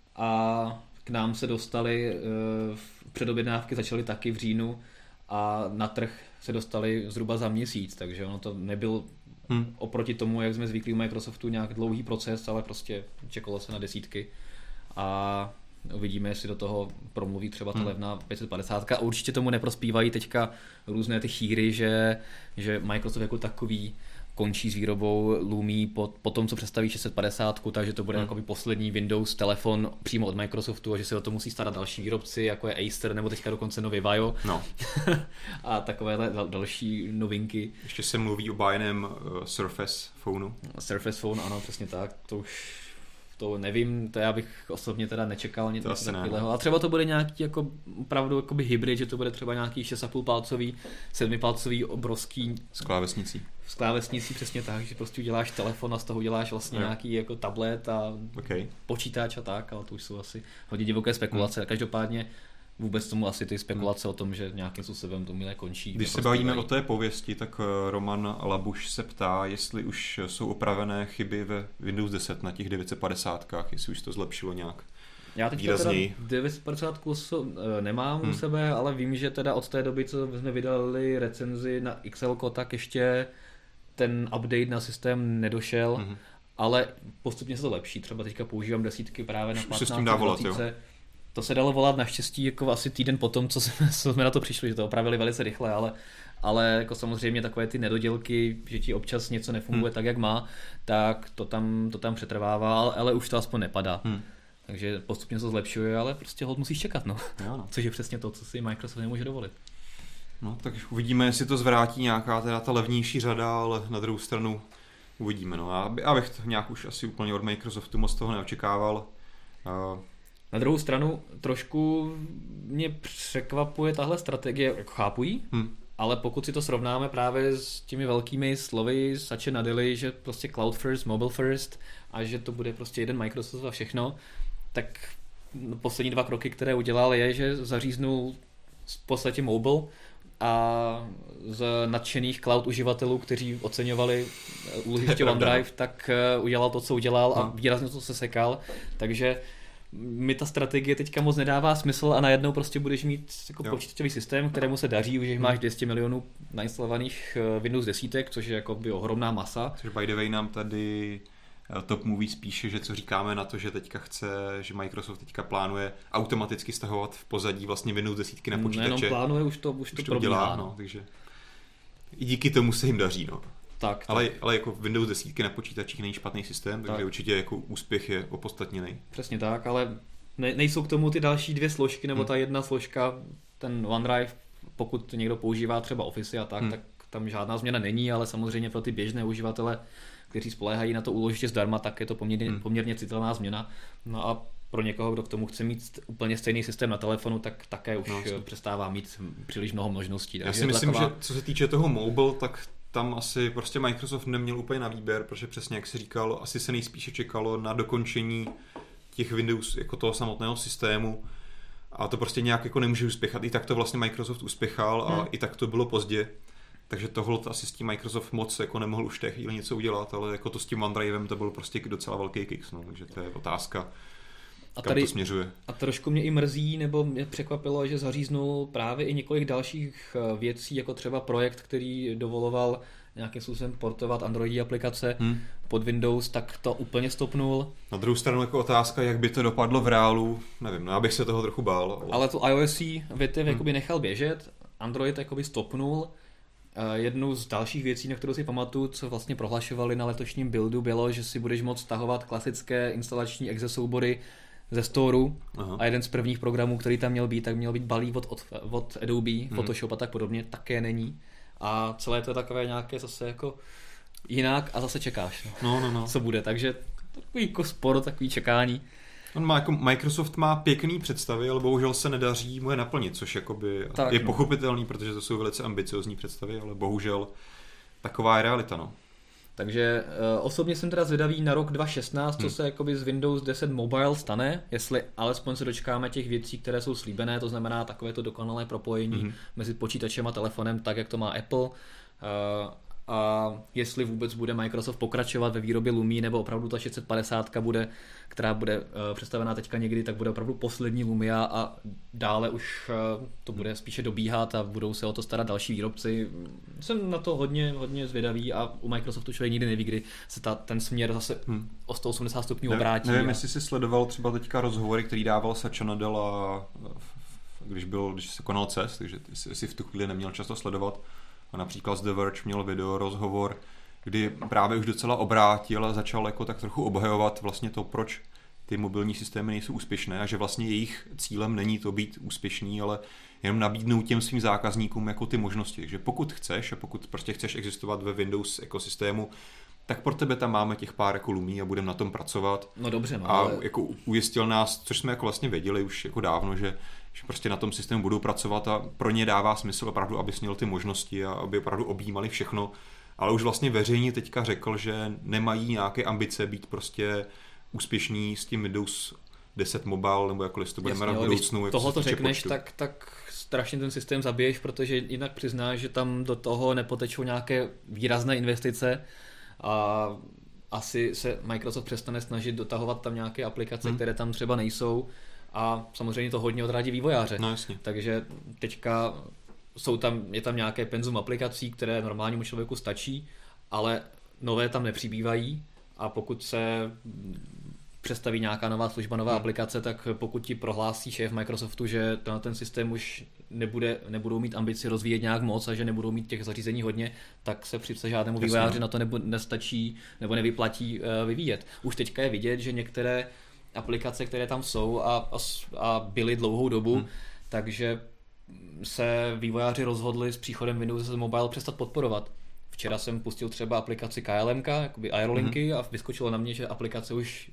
a k nám se dostali, předobjednávky začaly taky v říjnu a na trh se dostali zhruba za měsíc, takže ono to nebyl oproti tomu, jak jsme zvyklí u Microsoftu, nějak dlouhý proces, ale prostě čekalo se na desítky. A Uvidíme, jestli do toho promluví třeba ta levná 550. A určitě tomu neprospívají teďka různé ty chýry, že Microsoft jako takový končí s výrobou Lumii po tom, co představí 650, takže to bude jakoby poslední Windows telefon přímo od Microsoftu a že se o to musí starat další výrobci, jako je Acer nebo teďka dokonce nový Vaio. No. A takovéhle další novinky. Ještě se mluví o bájném Surface phoneu. Surface Phone, ano, přesně tak. To nevím, to já bych osobně teda nečekal něco takového. A třeba to bude nějaký jako opravdu jakoby hybrid, že to bude třeba nějaký 6,5 palcový, 7 palcový obrovský s klávesnicí. S klávesnicí přesně tak, že prostě uděláš telefon a z toho uděláš vlastně nějaký jako tablet a počítač a tak, ale to už jsou asi hodně divoké spekulace. Každopádně vůbec tomu asi ty spekulace o tom, že nějakým způsobem to milé končí. Když se bavíme o té pověsti, tak Roman Labuš se ptá, jestli už jsou opravené chyby ve Windows 10 na těch 950, jestli už to zlepšilo nějak. Já teďka teda 950 nemám u sebe, ale vím, že teda od té doby, co jsme vydali recenzi na XL, tak ještě ten update na systém nedošel, ale postupně se to lepší. Třeba teďka používám desítky právě na 15. To se dalo volat naštěstí jako asi týden potom, co jsme na to přišli, že to opravili velice rychle, ale jako samozřejmě takové ty nedodělky, že ti občas něco nefunguje tak, jak má, tak to tam přetrvává, ale už to aspoň nepadá. Takže postupně se zlepšuje, ale prostě hod musíš čekat, no. Jo, no. Což je přesně to, co si Microsoft nemůže dovolit. No, tak uvidíme, jestli to zvrátí nějaká teda ta levnější řada, ale na druhou stranu uvidíme, no. Já bych to nějak už asi úplně od Microsoftu moc toho neočekával. Na druhou stranu trošku mě překvapuje tahle strategie, jako chápu ji, ale pokud si to srovnáme právě s těmi velkými slovy Satya Nadella, že prostě cloud first, mobile first a že to bude prostě jeden Microsoft a všechno, tak poslední 2 kroky, které udělal, je, že zaříznul v podstatě mobile a z nadšených cloud uživatelů, kteří oceňovali úložiště OneDrive, tak udělal to, co udělal a výrazně to se sekal, takže mi ta strategie teďka moc nedává smysl a najednou prostě budeš mít jako počítačový systém, kterému se daří, už máš 200 milionů nainstalovaných Windows desítek, což je jako by ohromná masa. Což by the way nám tady Top Movie spíše, že co říkáme na to, že teďka že Microsoft teďka plánuje automaticky stahovat v pozadí vlastně Windows desítky na počítače. Nejenom plánuje, už to probíhá. No, takže i díky tomu se jim daří, no. Tak. Ale jako Windows desítky na počítačích není špatný systém, takže určitě jako úspěch je opodstatněný. Přesně tak, ale nejsou k tomu ty další 2 složky, nebo ta jedna složka, ten OneDrive, pokud někdo používá třeba Office a tak tam žádná změna není, ale samozřejmě pro ty běžné uživatele, kteří spoléhají na to úložiště zdarma, tak je to poměrně citelná změna. No a pro někoho, kdo k tomu chce mít úplně stejný systém na telefonu, tak také už přestává mít příliš mnoho možností. Já si myslím, že co se týče toho mobile, tak tam asi prostě Microsoft neměl úplně na výběr, protože přesně jak si říkal, asi se nejspíše čekalo na dokončení těch Windows jako toho samotného systému a to prostě nějak jako nemůže uspěchat. I tak to vlastně Microsoft uspěchal a i tak to bylo pozdě. Takže tohle asi s tím Microsoft moc jako nemohl už té chvíli něco udělat, ale jako to s tím OneDrivem to byl prostě docela velký kiks, no, takže to je otázka, kam to směřuje. A trošku mě i mrzí, nebo mě překvapilo, že zaříznul právě i několik dalších věcí, jako třeba projekt, který dovoloval nějakým způsobem portovat Androidí aplikace pod Windows, tak to úplně stopnul. Na druhou stranu jako otázka, jak by to dopadlo v reálu, nevím, no já bych se toho trochu bál. Ale to iOS větev jakoby nechal běžet, Android jakoby stopnul. Jednou z dalších věcí, na kterou si pamatuju, co vlastně prohlašovali na letošním buildu, bylo, že si budeš moct stahovat klasické instalační exe soubory ze storu. A jeden z prvních programů, který tam měl být, tak měl být balí od Adobe, Photoshop a tak podobně, také není. A celé to je takové nějaké zase jako jinak a zase čekáš, co bude. Takže takový jako spor, takový čekání. Microsoft má pěkný představy, ale bohužel se nedaří mu je naplnit, což jakoby je pochopitelný, protože to jsou velice ambiciozní představy, ale bohužel taková je realita, no. Takže osobně jsem teda zvědavý na rok 2016, co se jakoby z Windows 10 Mobile stane, jestli alespoň se dočkáme těch věcí, které jsou slíbené, to znamená takové to dokonalé propojení mezi počítačem a telefonem, tak jak to má Apple, a jestli vůbec bude Microsoft pokračovat ve výrobě Lumii, nebo opravdu ta 650 bude, která bude představená teďka někdy, tak bude opravdu poslední Lumia a dále už to bude spíše dobíhat a budou se o to starat další výrobci. Jsem na to hodně zvědavý a u Microsoftu člověk nikdy neví, kdy se ten směr zase o 180 stupňů obrátí. Nevím, jestli jsi sledoval třeba teďka rozhovory, který dával Satya Nadella, když se konal CES, takže si v tu chvíli neměl často sledovat. A například z The Verge měl video rozhovor, kdy právě už docela obrátil a začal jako tak trochu obhajovat vlastně to, proč ty mobilní systémy nejsou úspěšné a že vlastně jejich cílem není to být úspěšný, ale jenom nabídnout těm svým zákazníkům jako ty možnosti. Takže pokud chceš a pokud prostě chceš existovat ve Windows ekosystému, tak pro tebe tam máme těch pár jako Lumí a budeme na tom pracovat. No dobře, no. A ale... jako ujistil nás, což jsme jako vlastně věděli už jako dávno, že prostě na tom systému budou pracovat a pro ně dává smysl opravdu, aby měl ty možnosti a aby opravdu objímali všechno. Ale už vlastně veřejně teďka řekl, že nemají nějaké ambice být prostě úspěšní s tím Windows 10 Mobile, nebo jakkoliv to budeme v budoucnu. Když tohle to řekneš, tak strašně ten systém zabiješ, protože jinak přiznáš, že tam do toho nepotečou nějaké výrazné investice a asi se Microsoft přestane snažit dotahovat tam nějaké aplikace, které tam třeba nejsou a samozřejmě to hodně odrádí vývojáře. No, jasně. Takže teďka je tam nějaké penzum aplikací, které normálnímu člověku stačí, ale nové tam nepřibývají a pokud se představí nějaká nová služba, nová aplikace, tak pokud ti prohlásí šéf Microsoftu, že ten systém už nebudou mít ambici rozvíjet nějak moc a že nebudou mít těch zařízení hodně, tak se přece žádnému vývojáři na to nestačí nebo nevyplatí vyvíjet. Už teďka je vidět, že některé aplikace, které tam jsou a byly dlouhou dobu, takže se vývojáři rozhodli s příchodem Windows Mobile přestat podporovat. Včera jsem pustil třeba aplikaci KLMK, jakoby Aerolinky a vyskočilo na mě, že aplikace už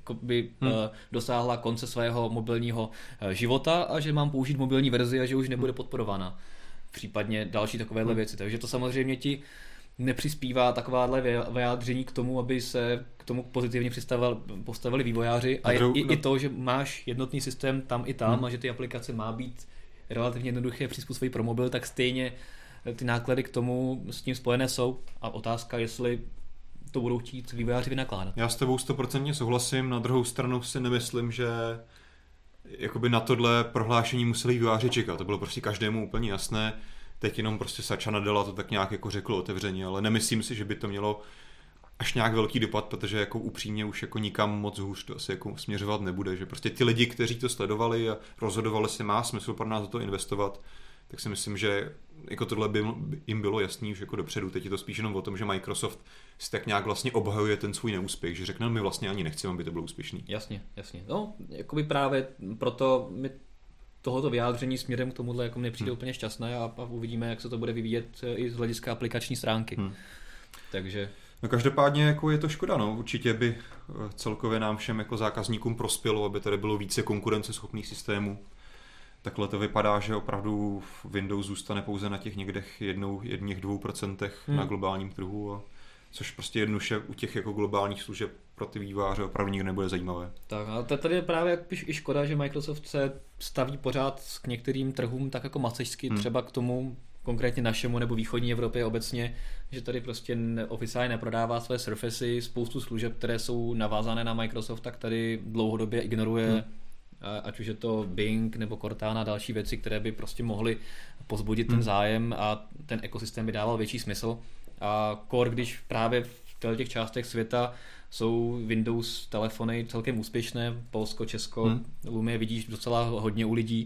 dosáhla konce svého mobilního života a že mám použít mobilní verzi a že už nebude podporována. Případně další takovéhle věci. Takže to samozřejmě ti nepřispívá takováhle vyjádření k tomu, aby se k tomu pozitivně postavili vývojáři a i to, že máš jednotný systém tam i tam a že ty aplikace má být relativně jednoduché přizpůsobit pro mobil, tak stejně ty náklady k tomu s tím spojené jsou a otázka, jestli to budou chtít vývojáři vynakládat. Já s tebou 100% souhlasím, na druhou stranu si nemyslím, že jakoby na tohle prohlášení museli vývojáři čekat, to bylo prostě každému úplně jasné, teď jenom prostě Satya Nadella to tak nějak jako řekl otevřeně, ale nemyslím si, že by to mělo až nějak velký dopad, protože jako upřímně už jako nikam moc hůř to asi jako směřovat nebude, že prostě ty lidi, kteří to sledovali a rozhodovali si, má smysl pro nás do toho investovat, tak si myslím, že jako tohle by jim bylo jasný už jako dopředu. Teď je to spíš jenom o tom, že Microsoft si tak nějak vlastně obhajuje ten svůj neúspěch, že řekne, my vlastně ani nechceme, aby to bylo úspěšný. Jasně. No, jakoby právě proto mi tohoto vyjádření směrem k tomuhle jako nepřijde úplně šťastné a uvidíme, jak se to bude vyvíjet i z hlediska aplikační stránky. Takže... No každopádně jako je to škoda, no. Určitě by celkově nám všem jako zákazníkům prospělo, aby tady bylo více konkurenceschopných systémů. Takhle to vypadá, že opravdu Windows zůstane pouze na těch někde 1-2% na globálním trhu, což prostě jednoduše u těch jako globálních služeb pro ty vývojáře opravdu nikdy nebude zajímavé. Tak a tady je právě i škoda, že Microsoft se staví pořád k některým trhům tak jako macešsky, třeba k tomu konkrétně našemu nebo východní Evropě obecně, že tady prostě oficiálně neprodává své Surfacey, spoustu služeb, které jsou navázané na Microsoft, tak tady dlouhodobě ignoruje ať už je to Bing nebo Cortana a další věci, které by prostě mohly pozbudit ten zájem a ten ekosystém by dával větší smysl. A core, když právě v těch částech světa jsou Windows telefony celkem úspěšné, Polsko, Česko, Lumie vidíš docela hodně u lidí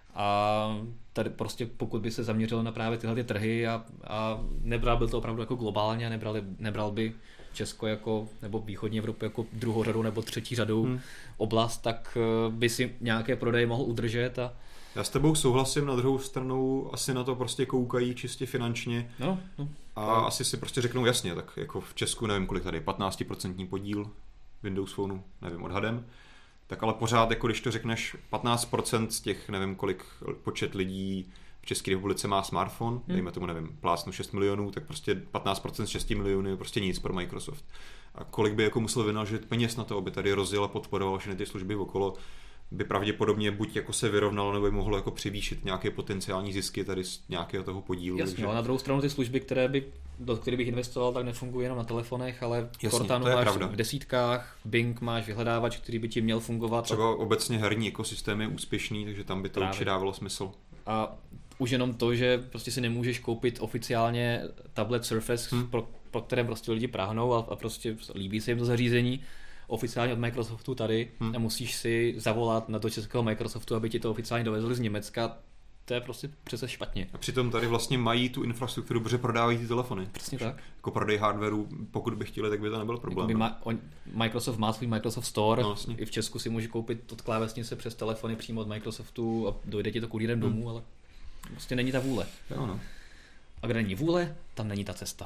a tady prostě pokud by se zaměřilo na právě tyhle trhy a nebral by to opravdu jako globálně a nebral by Česko jako, nebo východní Evropu jako druhou řadu nebo třetí řadu oblast, tak by si nějaké prodeje mohl udržet. Já s tebou souhlasím, na druhou stranu asi na to prostě koukají čistě finančně a asi si prostě řeknou jasně, tak jako v Česku nevím kolik tady, 15% podíl Windows Phoneu, nevím odhadem, tak ale pořád jako když to řekneš 15% z těch nevím kolik počet lidí v České republice má smartphone, dejme tomu nevím, plásnu 6 milionů, tak prostě 15% z 6 milionů je prostě nic pro Microsoft. A kolik by jako musel vynaložit peněz na to, aby tady rozjel a podporoval všechny ty služby okolo, by pravděpodobně buď jako se vyrovnalo, nebo by mohlo jako přivýšit nějaké potenciální zisky tady z nějakého toho podílu. Jasně, takže... na druhou stranu ty služby, do kterých bych investoval, tak nefungují jenom na telefonech, ale Cortanu máš pravda. V desítkách, Bing máš vyhledávač, který by ti měl fungovat. Třeba obecně herní ekosystém je úspěšný, takže tam by to určitě dávalo smysl. A už jenom to, že prostě si nemůžeš koupit oficiálně tablet Surface, pro které prostě lidi práhnou a prostě líbí se jim to zařízení, oficiálně od Microsoftu tady a musíš si zavolat na to českého Microsoftu, aby ti to oficiálně dovezli z Německa. To je prostě přece špatně. A přitom tady vlastně mají tu infrastrukturu, protože prodávají ty telefony. Přesně tak. Jako prodej hardwareu, pokud by chtěli, tak by to nebyl problém. Microsoft má svůj Microsoft Store, vlastně. I v Česku si může koupit od klávesnice přes telefony přímo od Microsoftu a dojde ti to kurýrem domů, ale prostě není ta vůle. Jo, no. A kde není vůle, tam není ta cesta.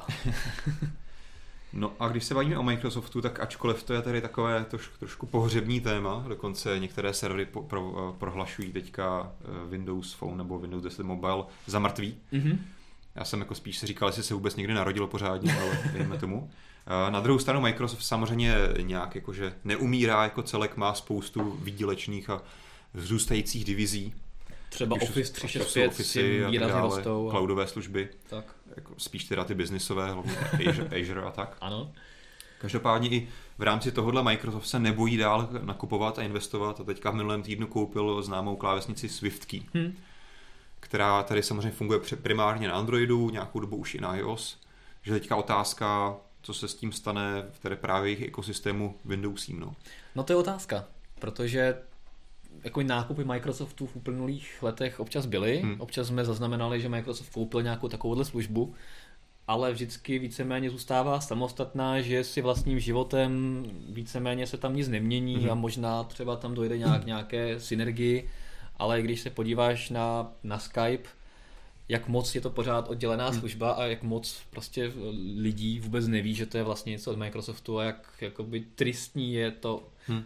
No a když se bavíme o Microsoftu, tak ačkoliv to je tady takové trošku pohřební téma, dokonce některé servery prohlašují teďka Windows Phone nebo Windows 10 Mobile za mrtvý. Já jsem jako spíš si říkal, jestli se vůbec někdy narodil pořádně, ale dejme tomu. Na druhou stranu Microsoft samozřejmě nějak jakože neumírá jako celek, má spoustu výdělečných a vzrůstajících divizí. Třeba Office 365 si výrazně rostou. Cloudové služby. Tak. Jako spíš teda ty biznisové, hlavně Azure a tak. Ano. Každopádně i v rámci tohohle Microsoft se nebojí dál nakupovat a investovat a teďka v minulém týdnu koupil známou klávesnici SwiftKey, která tady samozřejmě funguje primárně na Androidu, nějakou dobu už i na iOS. Že teďka otázka, co se s tím stane v té právě jejich ekosystému Windowsím. No to je otázka, protože jako nákupy Microsoftu v uplynulých letech občas byly. Občas jsme zaznamenali, že Microsoft koupil nějakou takovouhle službu, ale vždycky víceméně zůstává samostatná, že si vlastním životem víceméně se tam nic nemění a možná třeba tam dojde nějaké synergii, ale když se podíváš na Skype, jak moc je to pořád oddělená služba a jak moc prostě lidí vůbec neví, že to je vlastně něco od Microsoftu a jak jakoby tristní je to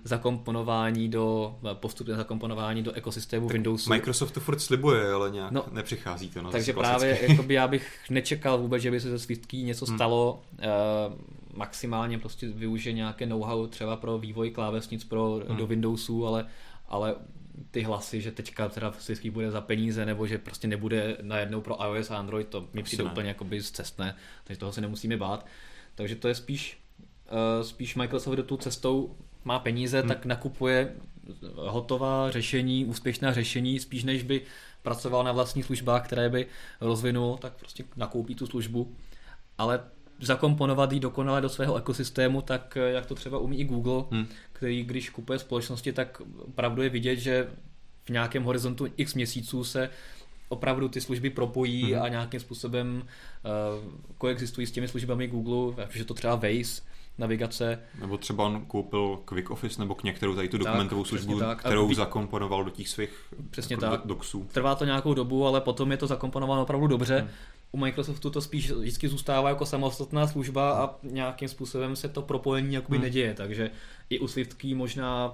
postupné zakomponování do ekosystému Windowsu. Microsoft to furt slibuje, ale nějak nepřichází to. Takže právě jakoby já bych nečekal vůbec, že by se ze SwiftKey něco stalo. Maximálně prostě využije nějaké know-how třeba pro vývoj klávesnic do Windowsu, ale ty hlasy, že teďka teda SwiftKey bude za peníze, nebo že prostě nebude najednou pro iOS a Android, to mi přijde úplně jakoby zcestné, takže toho se nemusíme bát. Takže to je spíš Microsoft do tu cestou má peníze, tak nakupuje hotová řešení, úspěšná řešení, spíš než by pracoval na vlastních službách, které by rozvinul, tak prostě nakoupí tu službu, ale zakomponovat ji dokonale do svého ekosystému, tak jak to třeba umí i Google, který když kupuje společnosti, tak opravdu je vidět, že v nějakém horizontu x měsíců se opravdu ty služby propojí a nějakým způsobem koexistují s těmi službami Google, že to třeba Waze, navigace. Nebo třeba on koupil Quick Office nebo k některou tady tu dokumentovou službu, kterou zakomponoval do těch svých docsů. Trvá to nějakou dobu, ale potom je to zakomponováno opravdu dobře. U Microsoftu to spíš vždycky zůstává jako samostatná služba a nějakým způsobem se to propojení jakoby neděje, takže i u SwiftKey možná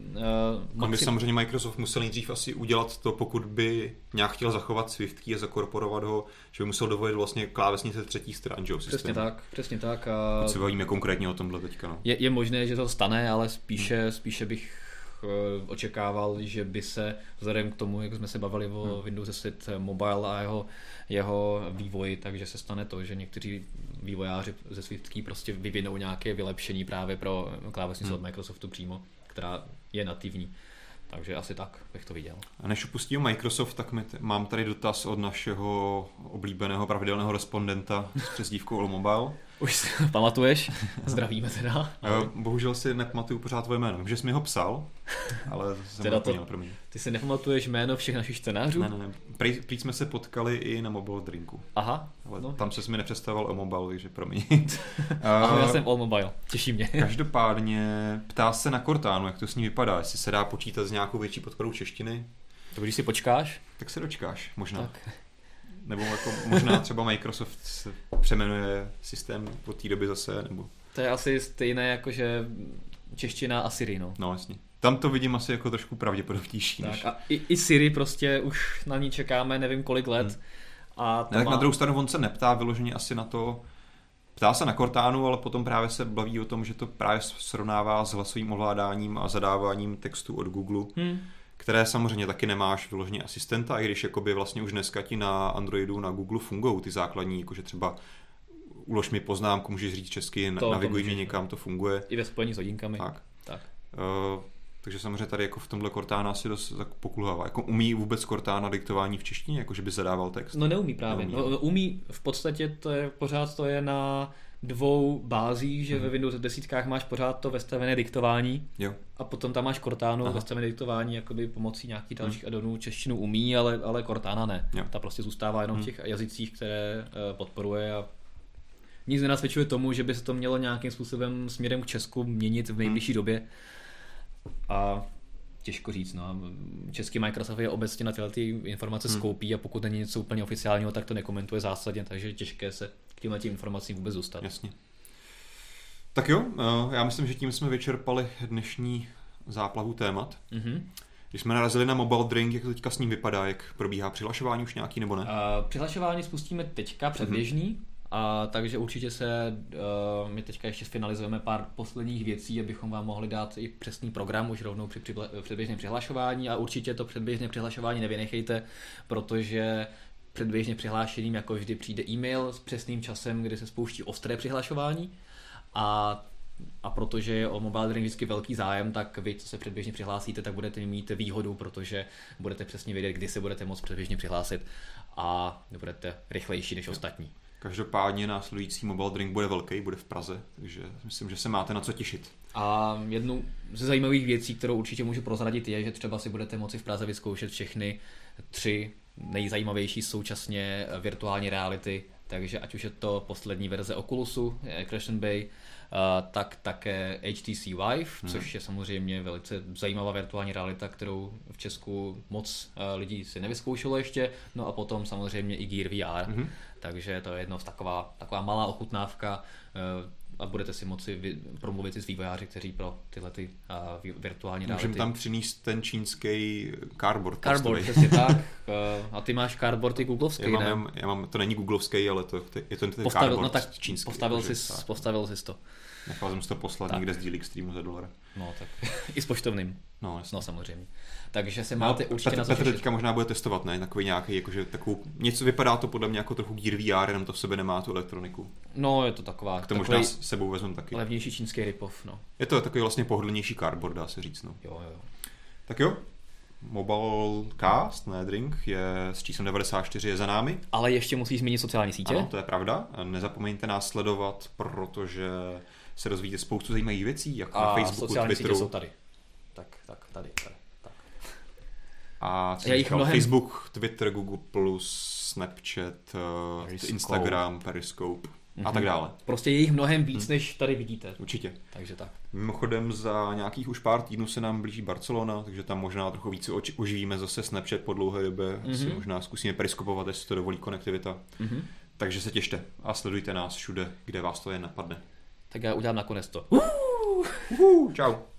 On by samozřejmě Microsoft musel nejdřív asi udělat to, pokud by nějak chtěl zachovat SwiftKey a zakorporovat ho, že by musel dovolit vlastně klávesnice třetích stran, že jo, systém. Přesně tak. A teď se bavíme konkrétně o tomhle teďka. No. Je možné, že to stane, ale spíše bych očekával, že by se vzhledem k tomu, jak jsme se bavili o Windows 10 Mobile a jeho vývoji, takže se stane to, že někteří vývojáři ze SwiftKey prostě vyvinou nějaké vylepšení právě pro klávesnici od Microsoftu přímo, která je nativní. Takže asi tak bych to viděl. A než opustím Microsoft, tak mám tady dotaz od našeho oblíbeného pravidelného respondenta s přezdívkou All Mobile. Už si pamatuješ? Zdravíme teda. Bohužel si nepamatuju pořád tvoje jméno. Vím, že jsi mi ho psal, ale jsem teda ho pro mě. Ty si nepamatuješ jméno všech našich čtenářů? Ne. Prý jsme se potkali i na Mobile Drinku. Aha. Ale tam se mi nepředstavoval All Mobile, takže promiň. Ahoj, já jsem All Mobile. Těší mě. Každopádně ptá se na Cortánu, jak to s ní vypadá, jestli se dá počítat s nějakou větší podporou češtiny. To když si počkáš? Tak se dočkáš, možná. Tak. Nebo jako možná třeba Microsoft se přeměnuje systém od té doby zase, nebo... To je asi stejné jako, že čeština a Siri, no. No, jasně. Tam to vidím asi jako trošku pravděpodobnější. Tak než... a i Siri prostě už na ní čekáme nevím kolik let. A tak na druhou stranu on se neptá vyloženě asi na to, Ptá se na Cortánu, ale potom právě se baví o tom, že to právě srovnává s hlasovým ovládáním a zadáváním textu od Google, které samozřejmě taky nemáš vyloženě asistenta, i když jakoby vlastně už dneska ti na Androidu, na Google fungují ty základní, jakože třeba ulož mi poznámku, můžeš říct česky, naviguj mě někam, to funguje. I ve spojení s hodinkami. Tak. Takže samozřejmě tady jako v tomhle Cortana asi dost tak pokulhává. Jako umí vůbec Cortana diktování v češtině, jakože by zadával text? No neumí právě. Umí v podstatě, pořád to je na 2 bázích, že ve Windows 10 máš pořád to vestavené diktování. Jo. A potom tam máš Cortánu vestavené diktování jakoby pomocí nějakých dalších addonů. Češtinu umí, ale Cortana ne. Jo. Ta prostě zůstává jenom v těch jazycích, které podporuje a nic nenasvědčuje tomu, že by se to mělo nějakým způsobem směrem k Česku měnit v nejbližší době. A těžko říct, no. Český Microsoft je obecně na tyhle ty informace skoupí a pokud není něco úplně oficiálního, tak to nekomentuje zásadně, takže je těžké se k těmhle informacím vůbec dostat. Jasně. Tak jo, já myslím, že tím jsme vyčerpali dnešní záplavu témat. Když jsme narazili na Mobile Drink, jak to teďka s ním vypadá, jak probíhá přihlašování už nějaký nebo ne? Přihlašování spustíme teďka předběžný. Takže určitě my teďka ještě finalizujeme pár posledních věcí, abychom vám mohli dát i přesný program už rovnou při předběžném přihlašování a určitě to předběžné přihlašování nevynechejte, protože předběžně přihlášeným jako vždy přijde e-mail s přesným časem, kdy se spouští ostré přihlašování a protože je o Mobile Drink vždycky velký zájem, tak vy, co se předběžně přihlásíte, tak budete mít výhodu, protože budete přesně vědět, kdy se budete moct předběžně přihlásit a budete rychlejší než ostatní. Každopádně následující Mobile Drink bude velký, bude v Praze, takže myslím, že se máte na co těšit. A jednu ze zajímavých věcí, kterou určitě můžu prozradit, je, že třeba si budete moci v Praze vyzkoušet všechny 3 nejzajímavější současně virtuální reality, takže ať už je to poslední verze Oculusu, Crescent Bay, tak také HTC Vive, což je samozřejmě velice zajímavá virtuální realita, kterou v Česku moc lidí si nevyzkoušelo ještě, no a potom samozřejmě i Gear VR, takže to je jedno taková malá ochutnávka a budete si moci promluvit s vývojáři, kteří pro tyhle virtuální reality. Můžeme tam přinést ten čínský cardboard. Cardboard, přesně tak. A ty máš cardboard i googlovský, ne? Já mám, to není googlovský, ale je to ten cardboard no tak čínský. Postavil jsi to. Nechal jsem si to poslat někde z dílík streamu za $1. No tak i s poštovným. No samozřejmě. Takže se máte určitě na co těšit. Petr teďka možná bude testovat, ne? Takový nějaký, jakože takovou, něco vypadá to podle mě jako trochu Gear VR, jenom to v sobě nemá tu elektroniku. No, je to taková. To možná s sebou vezmem taky. Levnější čínský rip-off, no. Je to takový vlastně pohodlnější cardboard, dá se říct, no. Jo. Tak jo. Mobile Cast, ne Drink, je s číslem 94 je za námi. Ale ještě musí zmínit sociální sítě. Ano, to je pravda. Nezapomeňte nás sledovat, protože se dozvíte spoustu zajímavých věcí, jako na Facebooku, sociální Twitteru. Sítě jsou tady. Tak. A Facebook, Twitter, Google+, Snapchat, Instagram, Periscope a tak dále. Prostě je jich mnohem víc, než tady vidíte. Určitě. Takže tak. Mimochodem za nějakých už pár týdnů se nám blíží Barcelona, takže tam možná trochu více oživíme zase Snapchat po dlouhé době. Si možná zkusíme periskopovat, jestli to dovolí konektivita. Takže se těšte a sledujte nás všude, kde vás to jen napadne. Tak já udělám nakonec to. Čau.